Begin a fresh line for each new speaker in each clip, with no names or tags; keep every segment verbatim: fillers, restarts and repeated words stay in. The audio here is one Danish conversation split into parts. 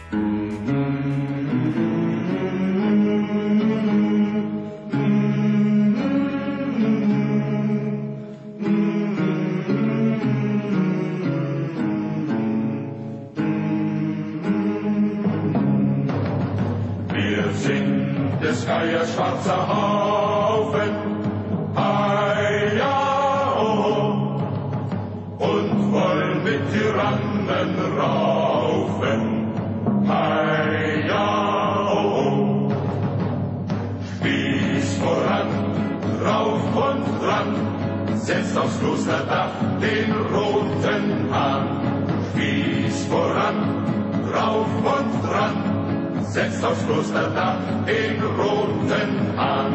Geier schwarzer Haufen, heia, oh, und wollen mit Tyrannen raufen, heia, oh, Spieß voran, rauf und ran, setzt aufs Klosterdach den roten Hahn, Spieß voran, rauf und dran, setzt aufs Klosterdach den roten Hahn.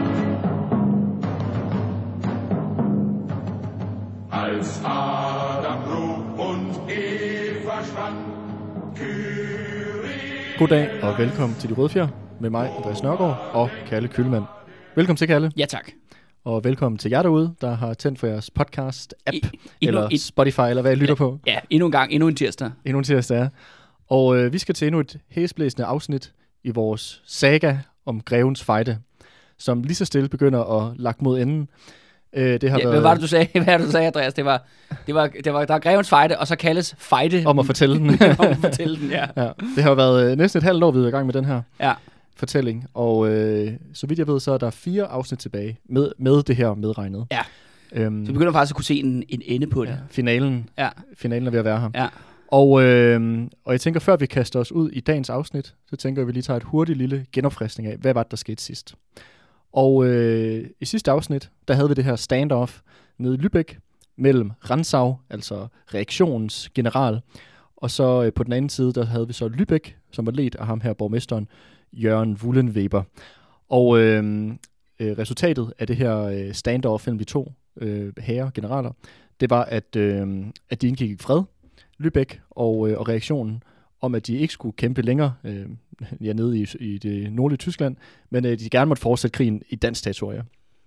Als Adam grub und Eva schwang, Kyrie...
Goddag og velkommen til De Røde Fjer med mig, Andreas Nørgaard og Kalle Kühlmann. Velkommen til, Kalle.
Ja, tak.
Og velkommen til jer derude, der har tændt for jeres podcast-app, I, eller
et,
Spotify, eller hvad I lytter på.
Ja, endnu en gang, endnu en tirsdag.
Endnu en tirsdag, ja. Og øh, vi skal til endnu et hæsblæsende afsnit i vores saga om Grevens Fejde, som lige så stille begynder at lagt mod enden. Øh, det har
ja,
været...
Hvad var det, du sagde, hvad var det, du sagde, Andreas? Det var, det var, det var, der er Grevens Fejde, og så kaldes Fejde...
Om at fortælle den.
om at fortælle den, ja.
ja. Det har været øh, næsten et halvt år, vi er i gang med den her
ja.
fortælling. Og øh, så vidt jeg ved, så er der fire afsnit tilbage med, med det her medregnet.
Ja,
øhm,
så vi begynder faktisk at kunne se en, en ende på det.
Ja, finalen.
Ja.
Finalen er ved at være her.
Ja.
Og, øh, og jeg tænker, før vi kaster os ud i dagens afsnit, så tænker jeg, at vi lige tager et hurtigt lille genopfriskning af, hvad var det, der skete sidst. Og øh, i sidste afsnit, der havde vi det her standoff nede i Lübeck mellem Rantzau, altså reaktionens general, og så øh, på den anden side, der havde vi så Lübeck, som var ledt af ham her, borgmesteren Jørgen Wullenweber. Og øh, øh, resultatet af det her øh, standoff mellem de to øh, herrer, generaler, det var, at, øh, at de indgik i fred, Lübeck og, øh, og reaktionen om, at de ikke skulle kæmpe længere øh, ja, nede i, i det nordlige Tyskland, men øh, de gerne måtte fortsætte krigen i dansk territorie.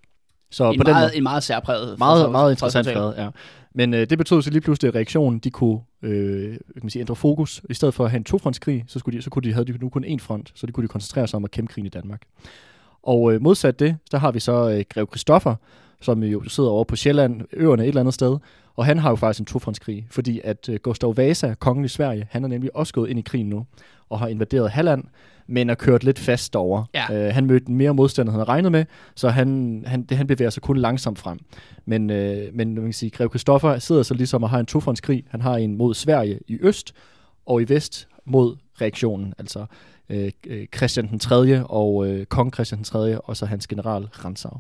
Så
en,
på
meget,
den måde,
en meget særpræget...
Meget, meget interessant fred, ja. Men øh, det betød så lige pludselig, at reaktionen, de kunne øh, kan man sige, ændre fokus. I stedet for at have en tofrontskrig, så, skulle de, så kunne de, havde de nu kun én front, så de kunne de koncentrere sig om at kæmpe krigen i Danmark. Og øh, modsat det, der har vi så øh, Grev Christoffer, som jo sidder over på Sjælland, øerne et eller andet sted, og han har jo faktisk en tofrontskrig, fordi at øh, Gustav Vasa, kongen i Sverige, han er nemlig også gået ind i krigen nu, og har invaderet Halland, men er kørt lidt fast derovre.
Ja.
Øh, han mødte mere modstand, end han havde regnet med, så han, han, det, han bevæger sig kun langsomt frem. Men, øh, men man kan sige, Grev Christoffer sidder så ligesom og har en tofrontskrig. Han har en mod Sverige i øst, og i vest mod reaktionen, altså øh, Christian den tredje og øh, kong Christian den tredje, og så hans general Rantzau.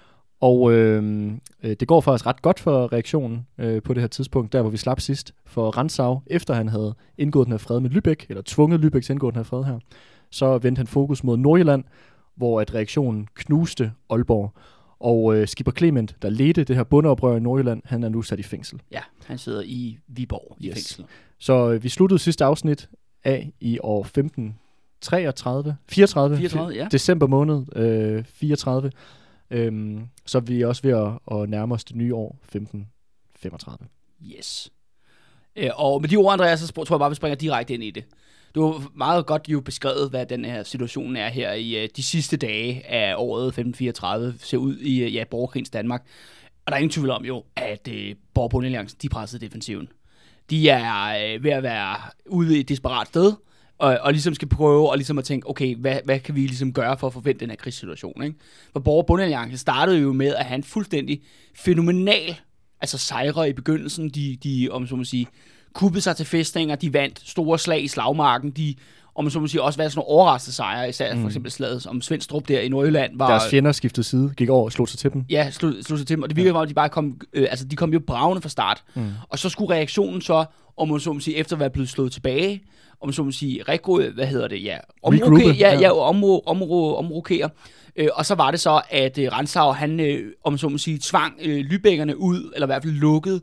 Og øh, det går faktisk ret godt for reaktionen øh, på det her tidspunkt, der hvor vi slap sidst. For Rantzau, efter han havde indgået den her fred med Lübeck, eller tvunget Lübeck til at indgå den her fred her, så vendte han fokus mod Nordjylland, hvor at reaktionen knuste Aalborg. Og øh, skipper Clement, der ledte det her bondeoprør i Nordjylland, han er nu sat i fængsel.
Ja, han sidder i Viborg i
yes.
fængsel.
Så øh, vi sluttede sidste afsnit af i år femten treogtredive, fireogtredive,
fireogtredive ja.
december måned øh, fireogtredive. Øhm, så er vi også ved at, at nærme os det nye år femten femogtredive.
Yes. Øh, og med de ord, Andreas, så tror jeg bare, vi springer direkte ind i det. Du har meget godt jo beskrevet, hvad den her situation er her i uh, de sidste dage af året femten fireogtredive, ser ud i uh, ja, borgerkrigens Danmark. Og der er ingen tvivl om jo, at uh, Borg- og Bondealliancen, de pressede defensiven. De er uh, ved at være ude i et desperat sted, og, og ligesom skal prøve og ligesom at tænke, okay, hvad, hvad kan vi ligesom gøre for at forvente den her krigssituation, ikke? For Borg- og Bondealliancen startede jo med at have en fuldstændig fænomenal, altså sejre i begyndelsen. De, de om så må sige, kuppede sig til fæstninger, de vandt store slag i slagmarken, de om så må sige også været sådan nogle overraskende sejre, især mm. for eksempel slaget om Svendstrup der i Nordjylland. Var,
deres fjender skiftede side, gik over og slog sig til dem.
Ja, slog, slog sig til dem, og det virkede ja. At de bare kom, øh, altså de kom jo bravende fra start. Mm. Og så skulle reaktionen så, om man så må sige, efter at være blevet slået tilbage, om man så må sige, regro, hvad hedder det, ja, omrokere, ja, ja, omro, omro, omrokere. Øh, og så var det så, at øh, Rantzau, han, øh, om så må sige, tvang øh, lybækkerne ud, eller i hvert fald lukkede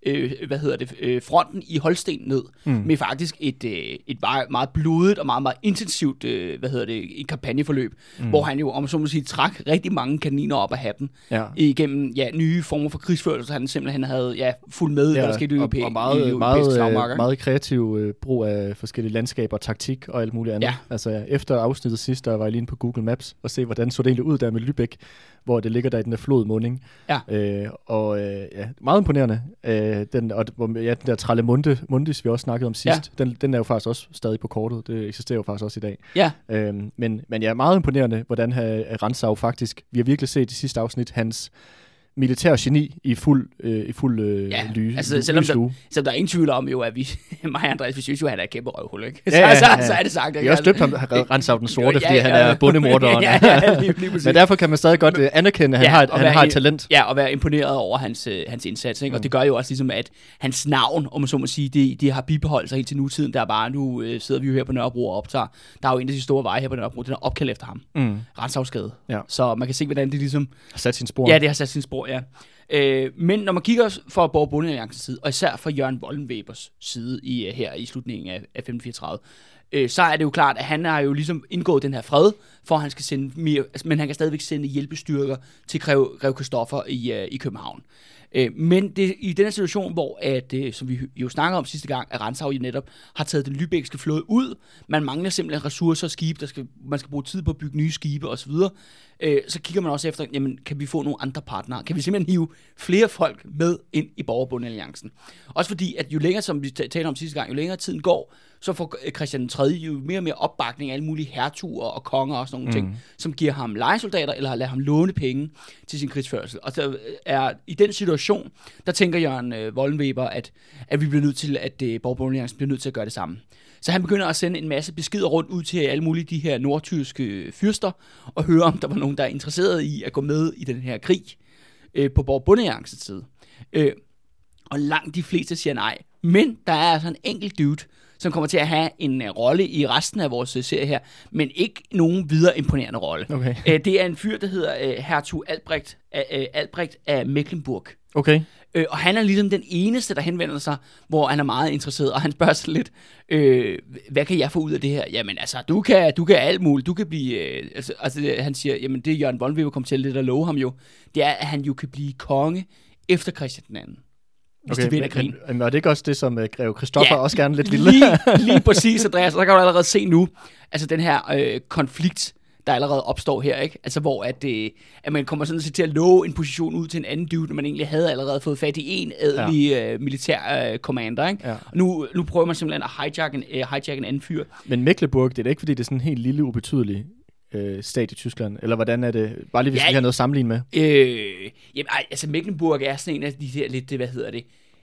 øh, hvad hedder det, øh, fronten i Holsten ned, mm. med faktisk et, øh, et meget, meget blodigt og meget, meget intensivt, øh, hvad hedder det, et kampagneforløb, mm. hvor han jo, om så må sige, trak rigtig mange kaniner op af hatten, ja. igennem, ja, nye former for krigsførelse, han simpelthen havde, ja, fuldt med, ja, hvad der skete i europæiske
meget, meget, meget kreativ øh, brug af forskellige landskaber, taktik og alt muligt andet. Ja. Altså, efter afsnittet sidst, der var jeg lige inde på Google Maps og se, hvordan så det egentlig ud der med Lübeck, hvor det ligger der i den der flodmunding. Ja. Øh, og øh, ja, meget imponerende. Øh, den, og, ja, den der Tralle Mundis, vi også snakkede om sidst, ja. den, den er jo faktisk også stadig på kortet. Det eksisterer jo faktisk også i dag. Ja. Øh, men, men ja, meget imponerende, hvordan uh, Rantzau faktisk, vi har virkelig set i sidste afsnit, hans militær geni i fuld øh, i fuld øh, ja, ly,
altså, selvom, der, selvom der er ingen tvivl om jo, at vi, mig og Andreas, vi synes jo, at han er et kæmpe røvhul, ikke? Ja, ja, ja. Så, så, så er det sagt.
Vi har også døbt ham Rantzau den sorte, ja, ja, fordi han er bondemorderen. Ja, ja, ja, lige, lige men derfor kan man stadig godt øh, anerkende, at han, ja, har, et, han har et talent.
Ja, og være imponeret over hans, øh, hans indsats, ikke? Og mm. det gør jo også ligesom, at hans navn, om man så må sige, det, det har bibeholdt sig helt til nutiden. Der er bare, nu øh, sidder vi jo her på Nørrebro og optager. Der er jo en af de store veje her på Nørrebro, den er opkaldt efter ham. Mm. Rantzausgade. Ja. Så man kan se, hvordan det ligesom
har sat sin spor.
Ja, det har sat sin spor, ja. Øh, men når man kigger fra Borg Bondealliancens side, og især fra Jørgen Wollenwebers side i, her i slutningen af, af femten fireogtredive, øh, så er det jo klart, at han har jo ligesom indgået den her fred, for at han skal sende mere, men han kan stadigvæk sende hjælpestyrker til Grev, Grev Christoffer i, uh, i København. Øh, men det, i den her situation, hvor at, øh, som vi jo snakkede om sidste gang, at Rantzau jo netop har taget den lübeckske flåde ud, man mangler simpelthen ressourcer og skibe, der skal, man skal bruge tid på at bygge nye skibe osv., øh, så kigger man også efter, jamen, kan vi få nogle andre partnere? Kan vi simpelthen hive flere folk med ind i Borgerbondealliancen? Også fordi, at jo længere, som vi talte om sidste gang, jo længere tiden går, så får Christian den tredje jo mere og mere opbakning af alle mulige hertuger og konger og sådan nogle mm. ting, som giver ham lejesoldater, eller lader ham låne penge til sin krigsførsel. Og så er i den situation, der tænker Jørgen øh, Wollenweber, at, at vi bliver nødt til, at øh, Borgerbondealliancen bliver nødt til at gøre det samme. Så han begynder at sende en masse beskeder rundt ud til alle mulige de her nordtyske fyrster, og høre, om der var nogen, der er interesseret i at gå med i den her krig øh, på Borgerbondealliancens side. Øh, og langt de fleste siger nej. Men der er altså en enkelt dude, som kommer til at have en uh, rolle i resten af vores uh, serie her, men ikke nogen videre imponerende rolle. Okay. Uh, det er en fyr, der hedder uh, Hertug Albrecht, uh, uh, Albrecht af Mecklenburg.
Okay.
Uh, og han er ligesom den eneste, der henvender sig, hvor han er meget interesseret, og han spørger sig lidt, uh, hvad kan jeg få ud af det her? Jamen altså, du kan, du kan alt muligt. Du kan blive, uh, altså, altså han siger, jamen det Jørgen Wollenweber kom til lidt at love ham jo, det er, at han jo kan blive konge efter Christian den anden. Hvis okay, de vinder krigen.
Men, men er det ikke også det, som uh, Greve Christoffer ja, også gerne lidt ville?
lige, lige præcis, Andreas. Så der kan du allerede se nu, altså den her øh, konflikt, der allerede opstår her, ikke? Altså hvor at, øh, at man kommer sådan set til at love en position ud til en anden dude, når man egentlig havde allerede fået fat i en ædelig ja. øh, militær øh, commander, ikke? Ja. Og nu, nu prøver man simpelthen at hijack en, øh, hijack en anden fyr.
Men Mecklenburg, det er da ikke, fordi det er sådan en helt lille, ubetydelig øh, stat i Tyskland, eller hvordan er det? Bare lige, hvis ja, vi har noget at sammenligne med.
Øh, jamen, altså Mecklenburg er sådan en af de der lidt, hvad hedder det,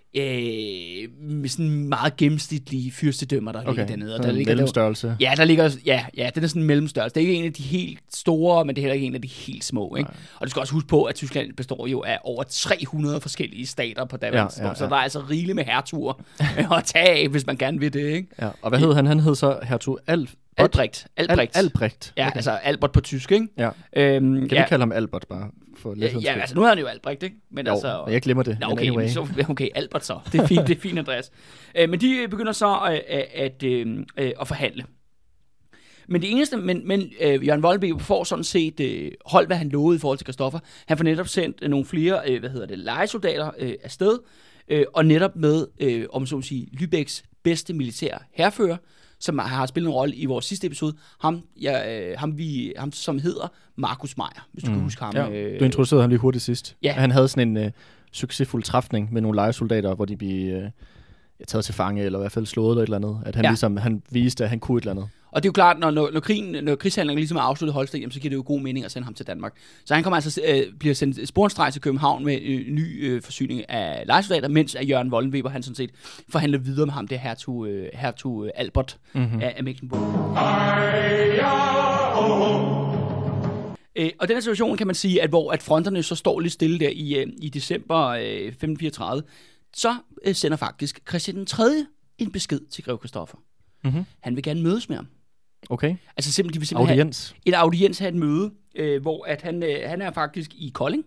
Øh, med sådan meget gennemsnitlige fyrstedømmer, der okay. ligger dernede. Og der ligger
mellemstørrelse.
Der, ja, der ligger, ja, ja, den er sådan en mellemstørrelse. Det er ikke en af de helt store, men det er heller ikke en af de helt små. Ikke? Og du skal også huske på, at Tyskland består jo af over tre hundrede forskellige stater på daværende ja, ja, ja. Så der er altså rigeligt med hertuger at tage af, hvis man gerne vil det. Ikke?
Ja. Og hvad hed han? Han hed så hertug Alf.
Albrecht. Albrecht.
Al- Albrecht.
Ja, okay. Altså Albert på tysk, ikke?
Ja. Øhm, kan vi ja. kalde ham Albert bare? For
ja, ja, altså nu er han jo Albrecht, ikke? Men
jo,
altså,
jeg glemmer det.
Nå, okay, anyway. så, okay, Albert så. Det er fint, det er fint, Andreas. Øh, men de begynder så at, at, at, at, at forhandle. Men det eneste, men, men øh, Jørgen Wollenweber får sådan set øh, holdt, hvad han lovede i forhold til Christoffer. Han får netop sendt øh, nogle flere, øh, hvad hedder det, lejesoldater øh, afsted, øh, og netop med, øh, om så at sige, Lübecks bedste militære hærfører, som har spillet en rolle i vores sidste episode, ham, ja, øh, ham, vi, ham som hedder Markus Meyer, hvis du mm. kan huske ham.
Ja, øh, du introducerede ham lige hurtigt sidst. Ja. Han havde sådan en øh, succesfuld træfning med nogle lejesoldater, hvor de blev øh, taget til fange, eller i hvert fald slået eller et eller andet. At han, ja. ligesom, han viste, at han kunne et eller andet. Og det er jo klart, når, når, når, krigen, når krigshandlingen ligesom er afsluttet i Holsten, så giver det jo god mening at sende ham til Danmark. Så han kommer altså øh, bliver sendt sporenstreg til København med øh, ny øh, forsyning af lejesoldater, mens at Jørgen Wollenweber, han sådan set forhandler videre med ham, det hertug, øh, hertug Albert mm-hmm. af, af Mecklenburg. Øh, og den her situation kan man sige, at hvor at fronterne så står lidt stille der i, øh, i december øh, femten fireogtredive, så øh, sender faktisk Christian den tredje en besked til Grev Christoffer. Mm-hmm. Han vil gerne mødes med ham. Okay.
Altså simpelthen, de vil simpelthen audiens. have en audiens, have et møde, øh, hvor at han, øh, han er faktisk i Kolding,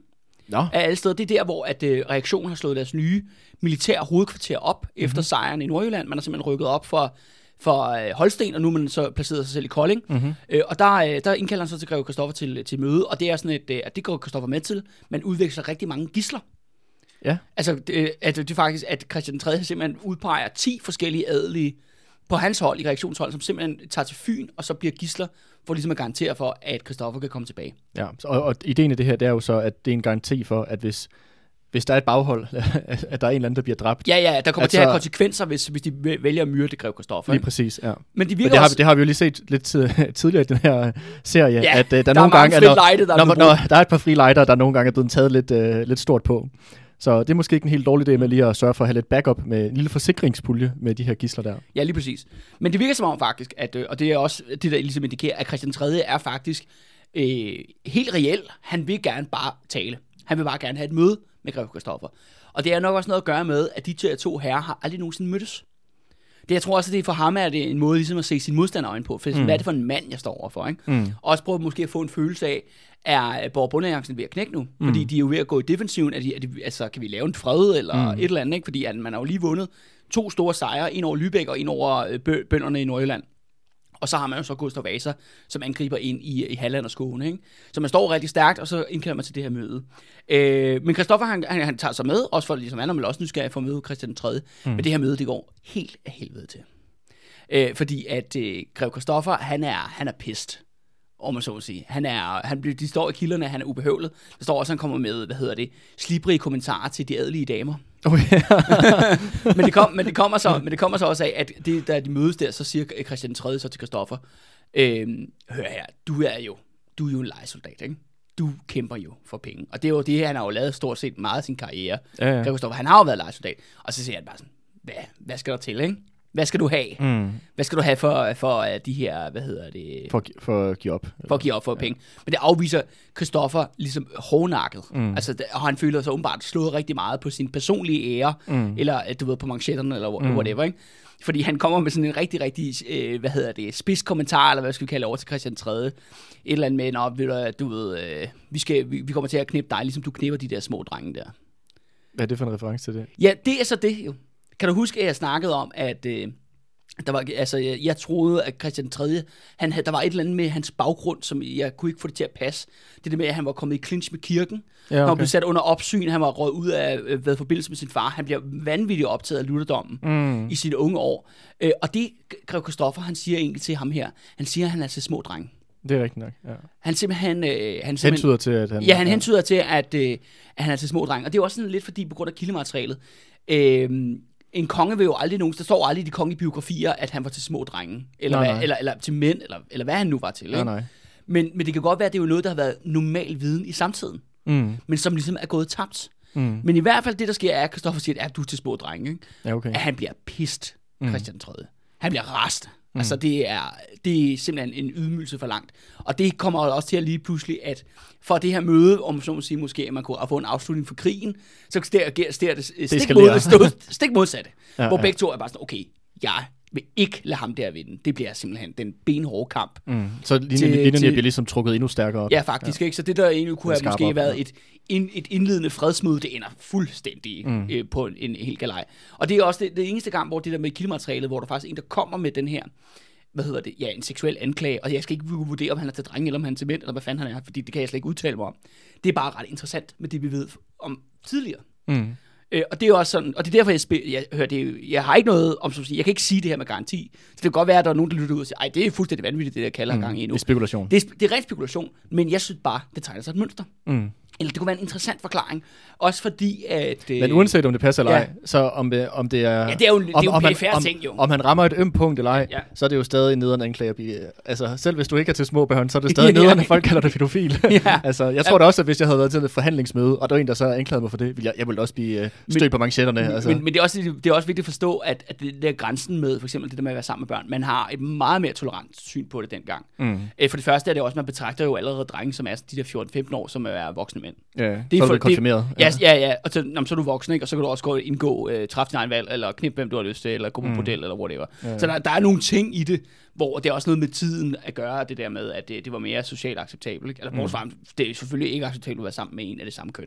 Nå.
af alle steder. Det er der, hvor at, øh, reaktionen har slået deres nye militære hovedkvarter op mm-hmm. efter sejren i Nordjylland. Man har simpelthen rykket op for, for øh, Holsten, og nu har man så placeret sig selv i Kolding. Mm-hmm. Øh, og der, øh, der indkalder han så til greve Christoffer til, til møde, og det er sådan et, øh, at det går Christoffer med til. Man udveksler rigtig mange gidsler.
Ja.
Altså, det, at det er faktisk, at Christian den tredje simpelthen udpeger ti forskellige adelige på hans hold, i reaktionshold, som simpelthen tager til Fyn, og så bliver gidsler, for ligesom at garantere for, at Christoffer kan komme tilbage.
Ja, og, og ideen i det her, det er jo så, at det er en garanti for, at hvis, hvis der er et baghold, at der er en eller anden, der bliver dræbt.
Ja, ja, der kommer
altså,
til at have konsekvenser, hvis, hvis de vælger at myrde grev Christoffer.
Lige præcis, ja.
Men de
det, har, det har vi jo lige set lidt tidligere i den her serie,
ja,
at uh, der,
der
er nogle gange,
der, lighter, der,
når, når, når der er et par frie lighter, der nogle gange er blevet taget lidt, uh, lidt stort på. Så det er måske ikke en helt dårlig idé med lige at sørge for at have lidt backup med en lille forsikringspulje med de her gidsler der.
Ja, lige præcis. Men det virker som om faktisk, at, og det er også det, der ligesom indikerer, at Christian den tredje er faktisk øh, helt reel. Han vil gerne bare tale. Han vil bare gerne have et møde med grev Christoffer. Og det er nok også noget at gøre med, at de to herrer har aldrig nogensinde mødtes. Det, jeg tror også, at det for ham er det en måde ligesom at se sin modstander øjne på. For mm. hvad er det for en mand, jeg står overfor? Ikke? Mm. Og også prøve måske at få en følelse af, er Borg Bondealliancen ved at knække nu? Mm. Fordi de er jo ved at gå i defensiven. Er de, er de, altså, kan vi lave en fred eller mm. et eller andet? Ikke? Fordi at man har jo lige vundet to store sejre. En over Lübeck og en over bø- bønderne i Nordjylland. Og så har man jo så Gustav Vasa, som angriber ind i, i Halland og Skåne. Ikke? Så man står rigtig stærkt, og så indkalder man til det her møde. Øh, men Christoffer, han, han, han tager sig med, også for ligesom han er vel også nysgerrig for at møde Christian den tredje. Mm. Men det her møde, det går helt af helvede til. Øh, fordi at øh, grev Christoffer, han er, han er pist, om man så må sige. Han er, han, de står i kilderne, han er ubehøvlet. Der står også, at han kommer med, hvad hedder det, slibrige kommentarer til de adelige damer. Oh, yeah. men, det kom, men, det kommer så, men det kommer så også af, at det, da de mødes der, så siger Christian den tredje så til Christoffer, øh, hør her, du er jo, du er jo en lejesoldat, ikke? Du kæmper jo for penge. Og det er jo det, han har jo lavet stort set meget af sin karriere. Ja, ja. Christoffer, han har jo været lejesoldat. Og så siger han bare sådan, hvad, hvad skal der til, ikke? Hvad skal du have? Mm. Hvad skal du have for, for de her, hvad hedder det?
For, for at give op.
For at give op for ja. penge. Men det afviser Christoffer ligesom hårdnakket. Mm. Altså, og han føler sig åbenbart slået rigtig meget på sin personlige ære, mm. eller du ved, på manchetterne, eller mm. whatever, ikke? Fordi han kommer med sådan en rigtig, rigtig, øh, hvad hedder det, spids kommentar, eller hvad skal vi kalde over til Christian den tredje. Et eller andet med, nå, ved du, du ved, øh, vi, skal, vi, vi kommer til at knippe dig, ligesom du knipper de der små drenge der.
Hvad er det for en reference til det?
Ja, det er så det jo. Kan du huske, at jeg snakkede om, at øh, der var, altså, jeg, jeg troede, at Christian den tredje, han havde, der var et eller andet med hans baggrund, som jeg kunne ikke få det til at passe. Det der med, at han var kommet i clinch med kirken. Ja, okay. Han var blevet sat under opsyn, han var røget ud af øh, ved forbindelse med sin far. Han bliver vanvittigt optaget af lutherdommen mm. i sine unge år. Øh, og det, grev Christoffer, han siger egentlig til ham her, han siger, at han er til små drenge.
Det er rigtigt nok, ja.
Han simpelthen... Øh, han
simpelthen hentyder til, at han...
Ja, han hentyder til, at, øh, at han er til små drenge. Og det er også sådan lidt fordi, på grund af kildematerialet, øh, en konge vil jo aldrig nogen, der står aldrig i de kongelige biografier, at han var til små drenge, eller,
nej,
hvad,
nej.
Eller, eller til mænd, eller, eller hvad han nu var til. Ikke?
Nej, nej.
Men, men det kan godt være, at det er jo noget, der har været normal viden i samtiden, mm. men som ligesom er gået tabt. Mm. Men i hvert fald det, der sker, er, at Christoffer siger, at du er til små drenge. Ikke?
Ja, okay.
At han bliver pist, Christian den tredje. Han bliver rast. Mm. Altså, det er, det er simpelthen en ydmygelse for langt. Og det kommer også til at lige pludselig, at for det her møde, om så må sige, måske, at man kunne få en afslutning for krigen, så sker det stik, mod, stik modsatte. Ja, hvor ja. begge to er bare sådan, okay, jeg vil ikke lade ham der vinde. Det bliver simpelthen den benhårde kamp. Mm.
Så linjen bliver ligesom trukket endnu stærkere op.
Ja, faktisk. Ja. Ikke? Så det der egentlig kunne have måske op, været ja. et, in, et indledende fredsmøde, det ender fuldstændig mm. øh, på en, en hel galej. Og det er også det, det eneste gang, hvor det der med kildematerialet, hvor der faktisk er en, der kommer med den her, hvad hedder det, ja, en seksuel anklage, og jeg skal ikke vurdere, om han er til dreng, eller om han er til mænd, eller hvad fanden han er, fordi det kan jeg slet ikke udtale mig om. Det er bare ret interessant med det, vi ved om tidligere. Mm. Øh, og det er jo også sådan, og det er derfor, jeg, spil, jeg hører det, jeg har ikke noget om, som sige, jeg kan ikke sige det her med garanti. Så det kan godt være, at der er nogen, der lytter ud og siger, ej, det er fuldstændig vanvittigt, det der kalder mm. gang i nu.
Det er spekulation.
Det er, det er rent spekulation, men jeg synes bare, det tegner sig et mønster. Mm. Eller det kunne være en interessant forklaring. Også fordi, at...
Men uanset om det passer eller ej, ja. så om det, om det er...
Ja, det er jo, det er jo
om,
en perifær ting, jo.
Om han rammer et ømt punkt eller ej, ja. så er det jo stadig en nederen anklage. Altså, selv hvis du ikke er til små børn, så er det stadig ja. nederen, at folk kalder dig pædofil. Ja. Altså, jeg tror ja. da også, at hvis jeg havde været til et forhandlingsmøde, og der er en, der så anklagede mig for det, ville jeg, jeg ville også blive uh, stødt på manchetterne.
Men,
altså.
men, men det, er også, det er også vigtigt at forstå, at, at det der grænsen med, for eksempel det der med at være sammen med børn, man har et meget mere tolerant syn på det dengang. Mm. For det første er det også, man betragter jo allerede drenge, som er de der fjorten femten år, som er voksne mænd.
Ja. Det er for, konfirmeret.
Ja, ja, ja. Og så, jamen, så er du voksen, ikke? Og så kan du også gå indgå, øh, træffe din egen valg, eller knippe, hvem du har lyst til, eller gå på mm. model, eller whatever. Ja. Så der, der er nogle ting i det, hvor det er også noget med tiden at gøre, det der med, at det, det var mere socialt acceptabelt. Ikke? Eller mm. det er selvfølgelig ikke acceptabelt at være sammen med en af det samme køn.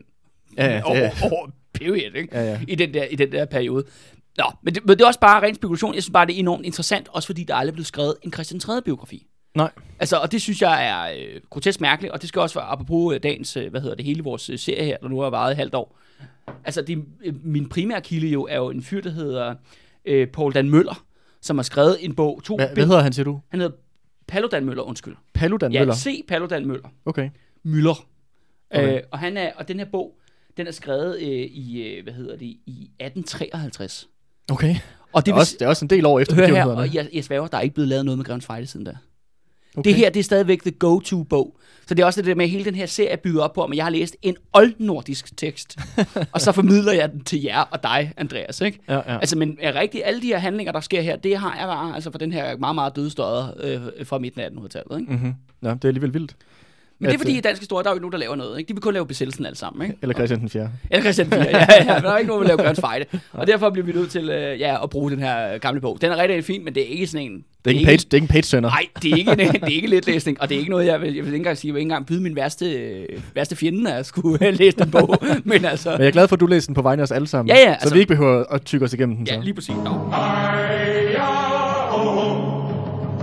Ja, ja, det
over,
er-
over period, ikke?
Ja, ja.
I, den der, I den der periode. Nå, men det, men det er også bare ren spekulation. Jeg synes bare, det er enormt interessant, også fordi der aldrig blev skrevet en Christian tredje biografi.
Nej.
Altså, og det synes jeg er øh, grotesk mærkeligt, og det skal også være apropos øh, dagens, øh, hvad hedder det, hele vores øh, serie her, der nu har varet et halvt år. Altså, det, øh, min primære kilde jo er jo en fyr, der hedder øh, Paul Dan Møller, som har skrevet en bog, to
Hva, hvad hedder han, siger du?
Han hedder Paludan Møller, undskyld.
Paludan
Ja,
Møller?
C. Paludan Møller.
Okay.
Møller.
Okay.
Øh, og, han er, og den her bog, den er skrevet øh, i, øh, hvad hedder det, i atten treoghalvtreds.
Okay.
Og
Det er, også, det er også en del år efter
hør her,
begivenhederne.
og jeg, jeg sværger, der er ikke blevet lavet noget med Grevens Fejde siden da.
Okay.
Det her, det er stadigvæk the go-to-bog. Så det er også det der med, at hele den her serie er bygget op på, at jeg har læst en oldnordisk tekst, og så formidler jeg den til jer og dig, Andreas, ikke?
Ja, ja.
Altså, men er rigtigt, alle de her handlinger, der sker her, det har jeg bare, altså for den her meget, meget døde støder øh, fra midten af attenhundredetallet, ikke?
Mm-hmm. Ja, det er alligevel vildt.
Men det er
At,
fordi,
øh,
i dansk historie, der er jo ikke nogen, der laver noget, ikke? De vil kun lave besættelsen alle sammen, ikke?
Eller Christian den fjerde.
Eller Christian den fjerde, ja, ja, men der er ikke nogen, der laver Grevens Fejde. Og derfor bliver vi nødt til øh, ja, at bruge den her gamle bog. Den er rigtig fin, men det er ikke sådan en...
Det er ikke en page, det er ikke en page-sønder.
Nej, det er ikke, en, det er ikke let læsning, og det er ikke noget, jeg vil, jeg vil ikke engang sige, jeg vil ikke engang byde min værste, øh, værste fjende, at jeg skulle læse den bog. Men altså...
Men jeg er glad for, at du læser den på vegne af os alle sammen.
Ja, ja,
Så
altså-
vi ikke behøver at tykke os igennem den.
Ja,
så.
lige præcis. Nå.
Ej, ja, oh, oh.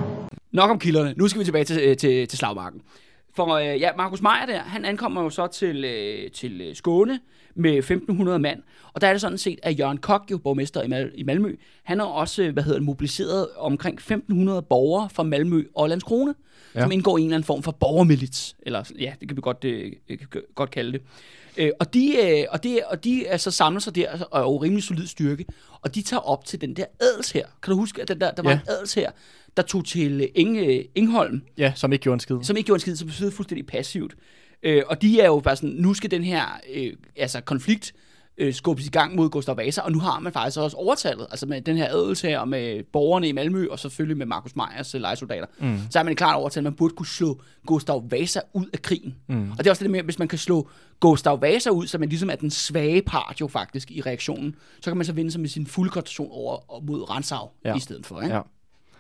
Nok om kilderne. Nu skal vi tilbage til, til, til slagmarken. For øh, ja, Markus Meyer der, han ankommer jo så til, øh, til øh, Skåne med femten hundrede mand. Og der er det sådan set, at Jørgen Koch, jo borgmester i, Mal- i Malmø, han har også, øh, hvad hedder det, mobiliseret omkring femten hundrede borgere fra Malmø og Landskrona, ja. Som indgår i en eller anden form for borgermilits. Eller ja, det kan vi godt, øh, godt kalde det. Øh, og, de, øh, og, det, og de er så samlet sig der, og er jo rimelig solid styrke, og de tager op til den der adelshær. Kan du huske, at den der, der var
Ja.
en adelshær, der tog til Inge, Ingholm,
Ja, som ikke gjorde en skid.
som ikke gjorde en skid, som betyder fuldstændig passivt. Øh, og de er jo bare sådan, nu skal den her øh, altså konflikt øh, skubbes i gang mod Gustav Vasa, og nu har man faktisk også overtaget, altså med den her adelse her, og med borgerne i Malmø, og selvfølgelig med Markus Meyers øh, lejesoldater, mm. så er man klart overtaget, at man burde kunne slå Gustav Vasa ud af krigen. Mm. Og det er også det med, hvis man kan slå Gustav Vasa ud, så man ligesom er den svage part jo faktisk i reaktionen, så kan man så vinde sig med sin fulde koncentration over mod Rantzau
Ja.
i stedet for, ikke?
Ja.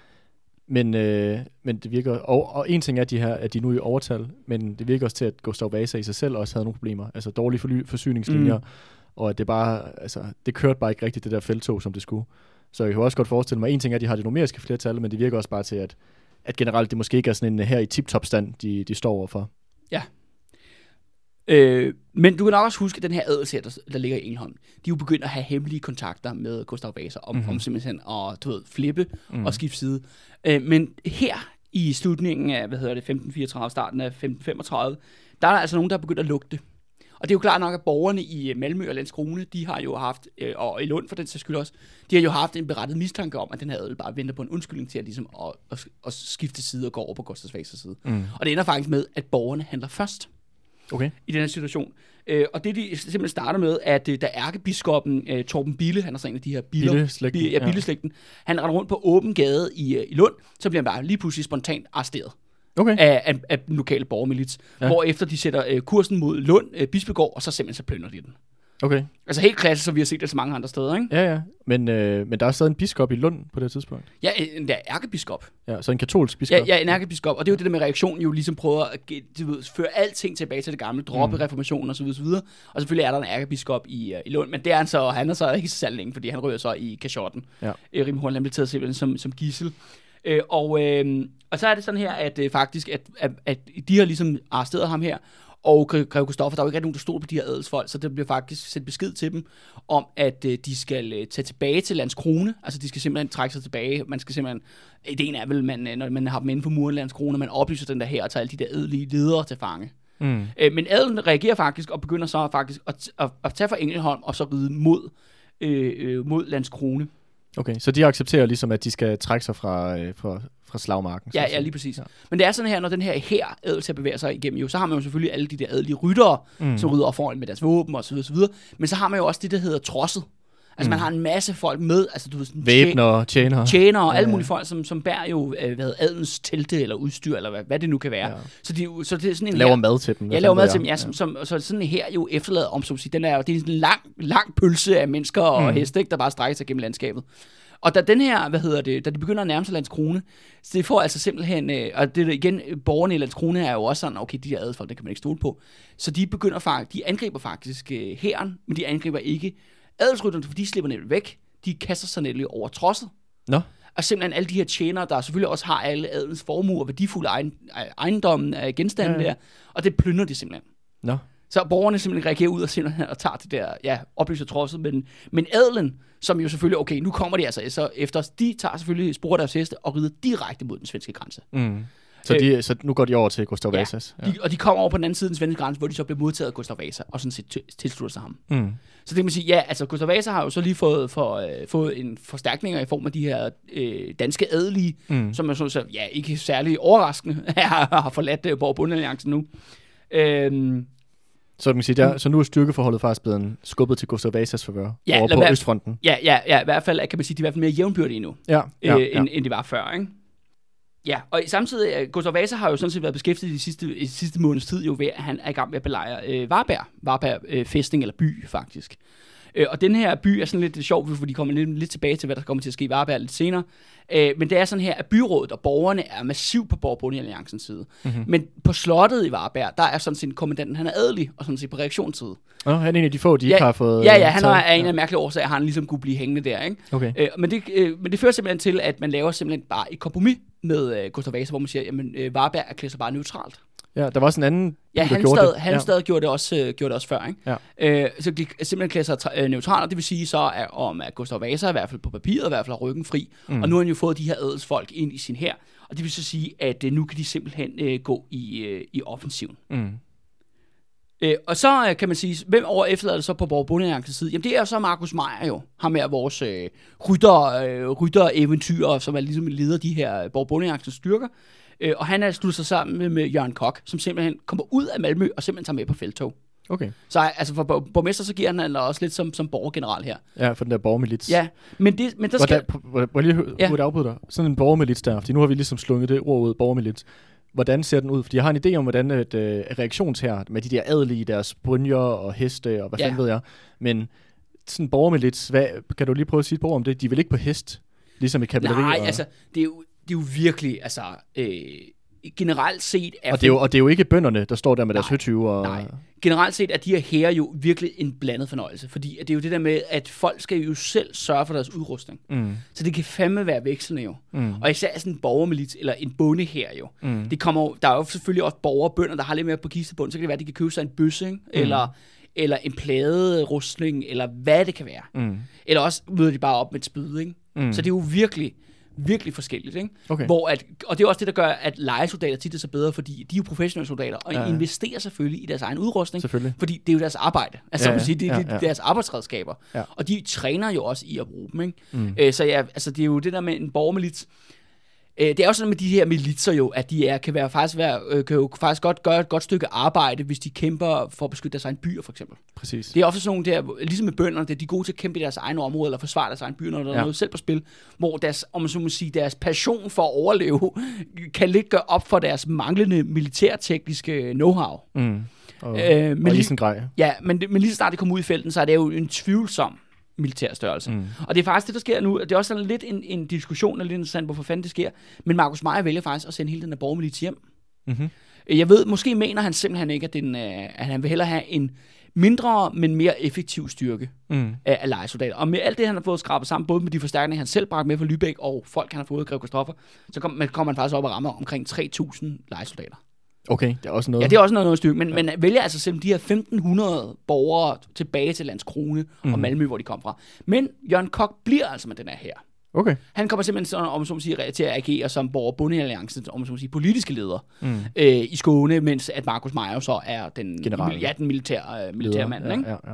Men, øh, men det virker, og, og en ting er, at de her, at de nu er i overtal, men det virker også til, at Gustav Vasa i sig selv også havde nogle problemer. Altså dårlige forly- forsyningslinjer, mm. og at det bare, altså, det kørte bare ikke rigtigt, det der feltog, som det skulle. Så jeg kan også godt forestille mig, en ting er, at de har det numeriske flertal, men det virker også bare til, at, at generelt det måske ikke er sådan en her i tip-top stand, de, de står overfor.
Ja. Øh, men du kan nok også huske, at den her adelsher, der, der ligger i Engelholm, de er jo begyndt at have hemmelige kontakter med Gustav Vasa, om, mm-hmm. om simpelthen at, du ved, flippe mm. og skifte side. Øh, men her i slutningen af, hvad hedder det, femten fireogtredive, starten af femten femogtredive, der er der altså nogen, der er begyndt at lugte. Og det er jo klart nok, at borgerne i Malmø og Landskrona, de har jo haft, øh, og i Lund for den sags skyld også, de har jo haft en berettet mistanke om, at den her adel bare venter på en undskyldning til at, ligesom, at, at, at skifte side og gå over på Gustav Vasas side. Mm. Og det ender faktisk med, at borgerne handler først.
Okay.
I den her situation. Øh, og det de simpelthen starter med, at øh, da ærkebiskoppen øh, Torben Bille, han er så en af de her biller,
Bille-slægten,
Bille, ja,
ja.
Bille-slægten, han render rundt på åben gade i, øh, i Lund, så bliver han bare lige pludselig spontant arresteret
Okay.
af, af, af den lokale borgermilits,
Ja.
hvorefter de sætter øh, kursen mod Lund øh, Bispegård, og så simpelthen så plyndrer de den.
Okay.
Altså helt klassisk, som vi har set det så mange andre steder, ikke?
Ja, ja. Men, øh, men der er stadig en biskop i Lund på det tidspunkt.
Ja, en der ærkebiskop.
Ja, så en katolsk biskop.
Ja, ja, en ærkebiskop, og det er jo det der med reaktionen, jo ligesom prøver at du ved, føre alting tilbage til det gamle, droppe mm. reformationen osv. osv. Og selvfølgelig er der en ærkebiskop i, uh, i Lund, men det er han så, han er så ikke så særlig længe, fordi han rører så i kashotten.
Ja.
Øh, Rimhorn, han bliver taget simpelthen som, som gidsel. Øh, og, øh, og så er det sådan her, at øh, faktisk, at, at, at de har ligesom arresteret ham her, og Greve Christoffer, der er jo ikke rigtig nogen, der stod på de her adelsfolk, så der bliver faktisk sendt besked til dem om, at øh, de skal øh, tage tilbage til Landskrona. Altså, de skal simpelthen trække sig tilbage. Man skal simpelthen... Ideen er vel, man, når man har dem inde på muren Landskrona, man oplyser den der her og tager alle de der adelige ledere til fange. Mm. Øh, men adelen reagerer faktisk og begynder så faktisk at, at, at tage fra Engelholm og så ride mod, øh, øh, mod Landskrona.
Okay, så de accepterer ligesom, at de skal trække sig fra, øh, fra, fra slagmarken. så
Ja,
at
ja,
sige.
lige præcis.
Ja.
Men det er sådan her, når den her her adel bevæger sig igennem, jo, så har man jo selvfølgelig alle de der adelige ryttere, mm. som rydder foran med deres våben og så videre, så videre. Men så har man jo også det, der hedder trodset. Altså, mm. man har en masse folk med, altså du ved sådan...
Væbner, tjener.
Tjener og
Ja,
alle
ja.
mulige folk, som, som bærer jo øh, hvad, adelens telte eller udstyr, eller hvad, hvad det nu kan være.
Ja.
Så, de, så det er sådan en
Laver
her,
mad til dem.
Jeg laver mad til dem, ja. Som, som, så sådan en her jo efterlader om, som sige, den er jo det er en lang, lang pølse af mennesker og mm. heste, ikke, der bare strækker sig gennem landskabet. Og da den her, hvad hedder det, da de begynder at nærme sig Landskrone, så det får altså simpelthen, øh, og det igen, borgerne i Landskrone er jo også sådan, okay, de her adelsfolk, det kan man ikke stole på. Så de begynder faktisk, de angriber faktisk øh, hæren, men de angriber ikke adelsrytterne, for de slipper nemlig væk. De kaster sig nemlig over trodset.
Nå.
Og simpelthen alle de her tjenere, der selvfølgelig også har alle adelens formuer, værdifulde egen, ejendommen af genstanden ja, ja. der, og det plynder de simpelthen.
Nå. Så
borgerne simpelthen reagerer ud og, simpelthen, og tager det der, ja, opløser trodset, men, men adelen, som jo selvfølgelig, okay, nu kommer de altså så efter os, de tager selvfølgelig spor af deres heste og rider direkte mod den svenske grænse.
Mm. Så, de, øh, så nu går de over til Gustav
ja,
Vasas?
Ja, de, og de kommer over på den anden side af den svenske grænse, hvor de så bliver modtaget af Gustav Vasa, og sådan set tilslutter sig ham.
Mm.
Så det kan man sige, ja, altså Gustav Vasa har jo så lige fået, for, øh, fået en forstærkning i form af de her øh, danske adelige, mm. som er så, så, ja, ikke særlig overraskende, har forladt øh, Borg- og Bondealliancen nu. Øhm,
Så, man sige, der, så nu er styrkeforholdet faktisk blevet skubbet til Gustav Vasas favør
ja,
over på
være,
Østfronten.
Ja, ja, ja, i hvert fald kan man sige, de er i hvert fald mere jævnbyrdige nu,
ja, ja,
øh,
ja.
end, end de var før, ikke? Ja, og samtidig, Gustav Vasa har jo sådan set været beskæftiget i de sidste, i de sidste måneds tid jo ved, at han er i gang med at belejre øh, Varberg. Varberg øh, fæstning eller by, faktisk. Øh, og den her by er sådan lidt sjov, for de kommer lidt, lidt tilbage til, hvad der kommer til at ske i Varberg lidt senere. Øh, men det er sådan her, at byrådet og borgerne er massivt på Borg- og Bondealliancens side. Mm-hmm. Men på slottet i Varberg, der er sådan set kommandanten, han er adelig, og sådan set på reaktionsside.
Nå, han er en af de få, de
ja,
ikke har fået...
Ja, ja, han er, er en
ja.
af mærkelige årsager, han ligesom kunne blive hængende der, ikke?
Okay.
Øh, men, det, øh, men det fører simpelthen til, at man laver simpelthen bare et kompromis med øh, Gustav Vasa, hvor man siger, jamen øh, Varberg erklærer sig bare neutralt.
Ja, der var også en anden,
ja,
der
Halmstad,
gjorde det.
Halmstad ja. gjorde det også, øh, gjorde det også før, ikke?
Ja.
Øh, så de simpelthen klæder sig øh, neutralt, det vil sige så, at, om at Gustav Vasa i hvert fald på papiret i hvert fald har ryggen fri, mm. og nu har han jo fået de her adelsfolk ind i sin hær, og det vil så sige, at øh, nu kan de simpelthen øh, gå i, øh, i offensiven. Mm. Øh, og så øh, kan man sige, hvem over efterlader det så på Borg- og Bondealliancens side? Jamen det er jo så Markus Meyer jo, ham er vores øh, rytter, øh, rytter-eventyr, som er ligesom leder de her Borg- og Bondealliancens styrker. Øh, og han er sluttet sig sammen med, med Jørgen Koch, som simpelthen kommer ud af Malmø og simpelthen tager med på felttog.
Okay.
Så altså for borgmester, så giver han også lidt som, som borgergeneral her.
Ja, for den der borgermilits.
Ja, men, det, men der skal...
Hvordan, hvor, lige ja. hurtigt afbryde dig. Sådan en borgermilits der, fordi nu har vi ligesom slunget det ord ud, borgermilits. Hvordan ser den ud? Fordi jeg har en idé om, hvordan et øh, reaktionshær med de der adelige, deres brynjer og heste og hvad ja. fanden ved jeg. Men sådan en borgermilits, hvad, kan du lige prøve at sige et ord om det? De er vel ikke på hest, ligesom i kavaleri?
Nej,
og...
altså, det er, jo, det er jo virkelig, altså... Øh, generelt set er...
Og det, er jo, og det er jo ikke bønderne, der står der med nej, deres høtyve og...
Nej, generelt set er de her hære jo virkelig en blandet fornøjelse, fordi det er jo det der med, at folk skal jo selv sørge for deres udrustning. Mm. Så det kan fandme være vekslende jo. Mm. Og især sådan en borgermilit, eller en bondehær jo. Mm. Det kommer, der er jo selvfølgelig også borgerbønder, der har lidt mere på kistebund, så kan det være, at de kan købe sig en bøsse, ikke? Mm. eller... eller en pladerustning, eller hvad det kan være. Mm. Eller også møder de bare op med et spyd, ikke? Mm. Så det er jo virkelig... virkelig forskelligt, ikke? Okay. Hvor at, og det er også det, der gør, at lejesoldater tit er så bedre, fordi de er jo professionelle soldater, og ja, ja. investerer selvfølgelig i deres egen udrustning, fordi det er jo deres arbejde. Altså, ja, ja. Sige, det, ja, ja. det er deres arbejdsredskaber. Ja. Og de træner jo også i at bruge dem, ikke? Mm. Øh, så ja, altså, det er jo det der med en borgermilits. Øh, det er også sådan med de her militser jo, at de er, kan, være, faktisk være, øh, kan jo faktisk godt gøre et godt stykke arbejde, hvis de kæmper for at beskytte deres egen byer, for eksempel. Præcis. Det er ofte sådan nogle der, ligesom med bønderne, det er de gode til at kæmpe i deres egen område, eller forsvare deres egen byer, når der ja. er noget selv på spil, hvor deres, om man så må sige, deres passion for at overleve, kan lidt gøre op for deres manglende militærtekniske know-how. Mm. Og, øh, men
og isengrej.
Ja, men, men lige så snart det kommer ud i felten, så er det jo en tvivlsom militær størrelse. Mm. Og det er faktisk det, der sker nu. Det er også sådan lidt en, en diskussion, og lidt interessant, hvorfor fanden det sker. Men Markus Meyer vælger faktisk at sende hele den her borgermilits hjem. Mm-hmm. Jeg ved, måske mener han simpelthen ikke, at, den, at han vil hellere have en mindre, men mere effektiv styrke mm. af, af lejesoldater. Og med alt det, han har fået skrabet sammen, både med de forstærkninger, han selv bragte med fra Lübeck, og folk, han har fået af Grev Christoffer, så kommer man, kom faktisk op og rammer omkring tre tusind lejesoldater.
Okay, det er også noget.
Ja, det er også noget, noget styrke, men, ja. men vælger altså simpelthen de her femten hundrede borgere tilbage til Landskrone mm. og Malmø, hvor de kom fra. Men Jørgen Koch bliver altså med den her her. Okay. Han kommer simpelthen sådan, om så må sige, til at agere som Borg- og Bondealliancens, om så må sige, politiske leder mm. øh, i Skåne, mens at Markus Meyer så er den, General. ja, den militære, øh, militærmanden. Ja, ikke? Ja, ja.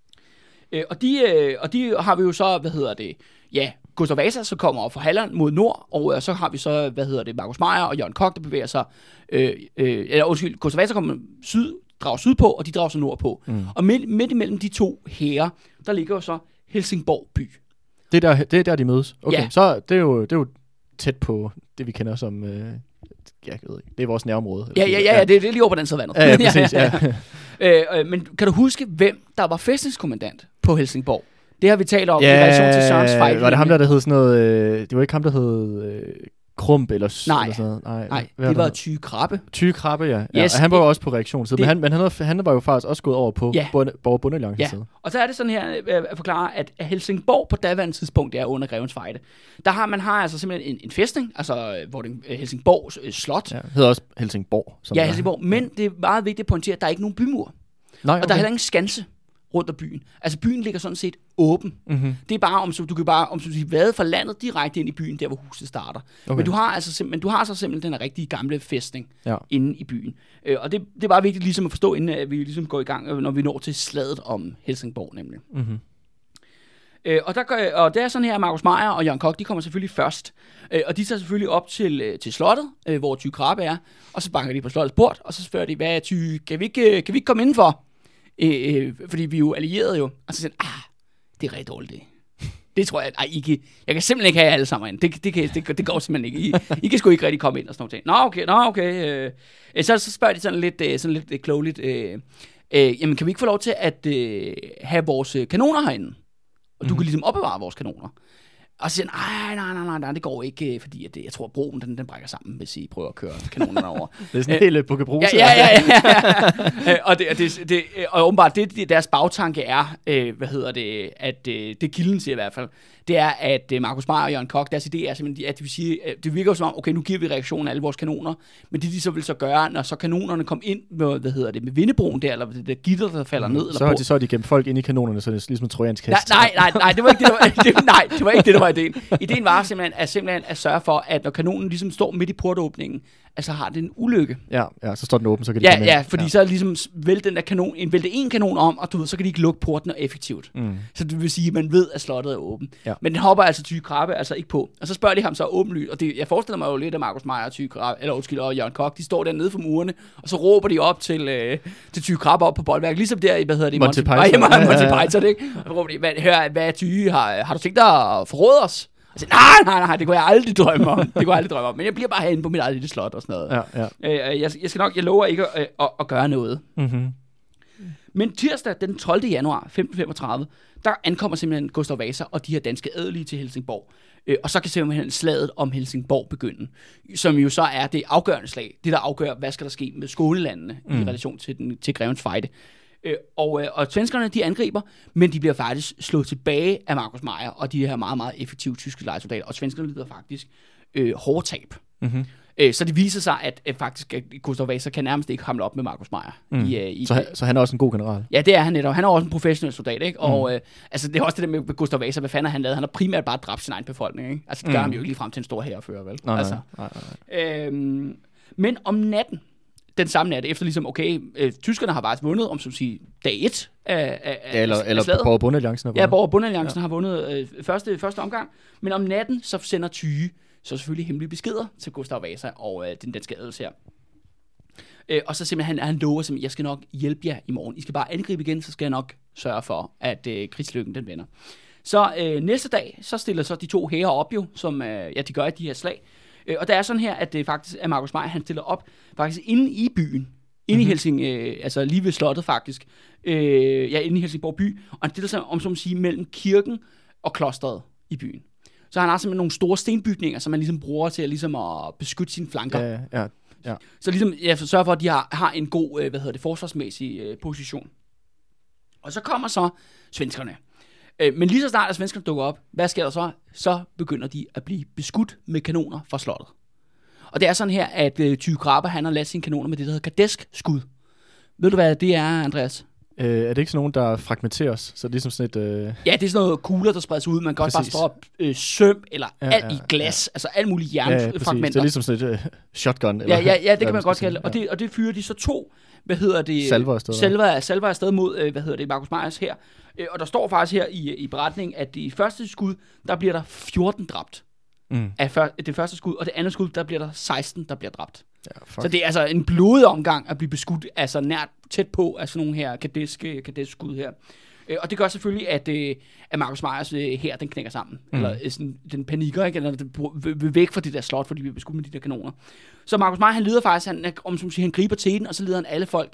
Øh, og, de, øh, og de har vi jo så, hvad hedder det, ja, Gustav Vasa, så kommer op fra Halland mod nord, og øh, så har vi så, hvad hedder det, Markus Meyer og Jørgen Koch, der bevæger sig, øh, øh, eller undskyld, Gustav Vasa kommer syd, drager sydpå, og de drager sig nordpå. Mm. Og midt, midt imellem de to hære, der ligger jo så Helsingborg by.
Det er der, det er der de mødes? Okay, ja. Så det er, jo, det er jo tæt på det, vi kender som, øh, jeg ved ikke, det er vores nærområde.
Ja, ja, ja, ja. Det, det er lige over på den side vandet.
Ja, ja, præcis, ja.
øh, øh, men kan du huske, hvem der var fæstningskommandant på Helsingborg? Det har vi talt om
ja,
i relation til Sørens fight.
Var det ham der, der hed sådan noget... Øh, det var ikke ham, der hed... Øh, Krump eller,
nej,
eller sådan noget. Nej,
nej det var Tyge Krabbe.
Tyge Krabbe, ja.
Yes,
ja og han var jo også på reaktionssiden, men, han, men han, havde, han var jo faktisk også gået over på
ja.
Borger Bundealliancens
ja.
side.
Og så er det sådan her at forklare, at Helsingborg på daværende tidspunkt, det er under Grevens Fejde, der har man har altså simpelthen en, en fæstning, altså hvor det Helsingborg øh, slot.
Ja, hedder også Helsingborg. Som
ja, Helsingborg, men det er meget vigtigt at pointere, at der er ikke nogen bymur.
Nej, okay.
Og der er heller ingen skanse rundt om byen. Altså byen ligger sådan set åben.
Mm-hmm. Det
er bare om så du kan bare om så du kan vade fra landet direkte ind i byen der hvor huset starter. Okay. Men du har altså simpelthen du har så simpelthen den rigtige gamle fæstning ja. inde i byen. Øh, og det det er bare vigtigt ligesom at forstå inden at vi ligesom går i gang når vi når til slaget om Helsingborg nemlig.
Mm-hmm.
Øh, og der gør, og det er sådan her at Markus Meyer og Jørgen Koch, de kommer selvfølgelig først. Øh, og de tager selvfølgelig op til øh, til slottet, øh, hvor Tyge Krabbe er, og så banker de på slottets port, og så spørger de hvad er Tyge, kan vi ikke kan vi ikke komme indenfor? Øh, øh, fordi vi er jo allierede jo. Og så siger ah, det er rigtig dårligt det. Det tror jeg, ej, I kan, jeg kan simpelthen ikke have jer alle sammen ind. Det, det, kan, det, det går simpelthen ikke. I, I kan sgu ikke rigtig komme ind og sådan noget ting. Nå, okay, nå, okay. Øh, så, så spørger de sådan lidt, øh, sådan lidt klogeligt, øh, øh, jamen kan vi ikke få lov til at øh, have vores kanoner herinde? Og du mm. kan ligesom opbevare vores kanoner. Og så siger han, nej, nej, nej, nej, det går ikke, fordi at det, jeg tror, at broen den, den brækker sammen, hvis I prøver at køre kanonerne over.
Det er sådan en hel Bukkebro.
Ja, ja, ja. ja, ja. og, det, og, det, det, og åbenbart, det, det deres bagtanke er, øh, hvad hedder det, at øh, det kilden siger i hvert fald, det er, at øh, Markus Meyer og Jørgen Koch, deres idé er simpelthen, at det, vil sige, at det virker jo som om, okay, nu giver vi reaktionen af alle vores kanoner, men det de så vil så gøre, når så kanonerne kom ind med, hvad hedder det, med vindebroen der, eller det der gitter, der falder mm, ned.
Så har de, så har de gemt folk ind i kanonerne, så det er ligesom en trojansk hest.
Nej, nej, nej, nej, det var ikke det, der var, det, nej, det var ikke det, der var ideen. Ideen var simpelthen at, simpelthen at sørge for, at når kanonen ligesom står midt i portåbningen, altså har det en ulykke.
Ja, ja, så står den åben, så kan de
ja,
komme ind.
Ja, fordi ja. så ligesom vælte den der kanon, en vælte en kanon om, og du ved, så kan de ikke lukke porten effektivt. Mm. Så det vil sige, at man ved, at slottet er åben. Ja. Men den hopper altså Tyge Krabbe altså ikke på. Og så spørger de ham så åbenlyst, og det, jeg forestiller mig jo lidt, at Markus Meyer og Tyge Krabbe, eller undskyld, og Jørgen Koch, de står der nede for murene, og så råber de op til, øh, til Tyge Krabbe op på boldværket, ligesom der i, hvad hedder det?
Monty Python.
Nej, Monty Python, ikke? Og råber de, hvad, hør, hvad Tyge, har, har du tænkt dig at forråde os? Og så, nej, nej, nej, det kunne jeg aldrig drømme om. Det kunne jeg aldrig drømme om. Men jeg bliver bare herinde på mit eget lille slot og sådan noget.
Ja, ja.
Øh, jeg, jeg skal nok, jeg lover ikke at, at, at gøre noget.
Mm-hmm.
Men tirsdag den tolvte januar femten femogtredive, der ankommer simpelthen Gustav Vasa og de her danske adelige til Helsingborg. Øh, og så kan simpelthen slaget om Helsingborg begynde. Som jo så er det afgørende slag. Det, der afgør, hvad skal der ske med Skånelandene mm. i relation til, den, til Grevens Fejde. Øh, og, øh, og svenskerne, de angriber, men de bliver faktisk slået tilbage af Markus Meyer og de her meget, meget effektive tyske lejesoldater. Og svenskerne lider faktisk øh, hårdt tab. Mm-hmm. Øh, så det viser sig, at øh, faktisk at Gustav Vasa kan nærmest ikke hamle op med Markus Meyer.
Mm.
I, øh, i,
så, han, så han er også en god general?
Ja, det er han netop. Han er også en professionel soldat, ikke? Og mm. øh, altså, det er også det der med Gustav Vasa, hvad fanden har han lavet? Han har primært bare dræbt sin egen befolkning, ikke? Altså, det gør mm. ham jo ikke lige frem til en stor hærfører, vel?
Nej,
altså,
nej, nej, nej.
Øhm, men om natten, den samme nat, efter ligesom, okay, øh, tyskerne har faktisk vundet, om som sige, dag et af, af,
ja, eller,
af
eller Borger Bundealliancen har vundet.
Ja, Borger Bundealliancen ja. har vundet øh, første, første omgang. Men om natten, så sender Tyge så selvfølgelig hemmelige beskeder til Gustav Vasa og øh, den danske adels her. Øh, og så simpelthen, han lover simpelthen, jeg skal nok hjælpe jer i morgen. I skal bare angribe igen, så skal jeg nok sørge for, at øh, krigslykken den vender. Så øh, næste dag, så stiller så de to hære op jo, som øh, ja, de gør i de her slag. Øh, og der er sådan her, at det faktisk er Markus Meyer, han stiller op faktisk inde i byen. Inde mm-hmm. i Helsing, øh, altså lige ved slottet faktisk. Øh, ja, inde i Helsingborg by. Og han stiller sig om, som at sige, mellem kirken og klosteret i byen. Så han har simpelthen nogle store stenbygninger, som man ligesom bruger til at, ligesom at beskytte sine flanker.
Ja, ja, ja.
Så ligesom, jeg sørger for, at de har, har en god, øh, hvad hedder det, forsvarsmæssig øh, position. Og så kommer så svenskerne. Øh, men lige så snart, at svenskerne dukker op, hvad sker der så? Så begynder de at blive beskudt med kanoner fra slottet. Og det er sådan her, at øh, Tyge Krabbe, han har ladt sine kanoner med det, der hedder kadeskskud. Ved du, hvad det er, Andreas?
Øh, er det ikke sådan nogen, der fragmenteres? Så det er ligesom sådan et... Øh...
Ja, det er sådan noget kugler, der spredes ud. Man kan også bare stå op øh, søm, eller ja, alt ja, i glas. Ja. Altså alt muligt jernfragmenter. Ja, ja, det er ligesom sådan et øh, shotgun. Eller, ja, ja, ja, det kan man godt kalde det. Og, det. og det fyrer de så to, hvad hedder det?
Salver afsted.
Salver, salver afsted mod, øh, hvad hedder det, Markus Meyers her. Øh, og der står faktisk her i, i beretningen, at i første skud, der bliver der fjorten dræbt. Mm. Af før, det første skud, og det andet skud, der bliver der seksten, der bliver dræbt. Ja, så det er altså en blodig omgang at blive beskudt, altså nært tæt på af sådan nogle her kadeske, kadeskskud her. Øh, og det gør selvfølgelig, at, øh, at Markus Meyers øh, her, den knækker sammen. Mm. Eller øh, sådan, den panikker, ikke? Eller den vil væk fra det der slot, fordi vi bliver beskudt med de der kanoner. Så Markus Meyer, han leder faktisk, han, om som siger, han griber til den, og så leder han alle folk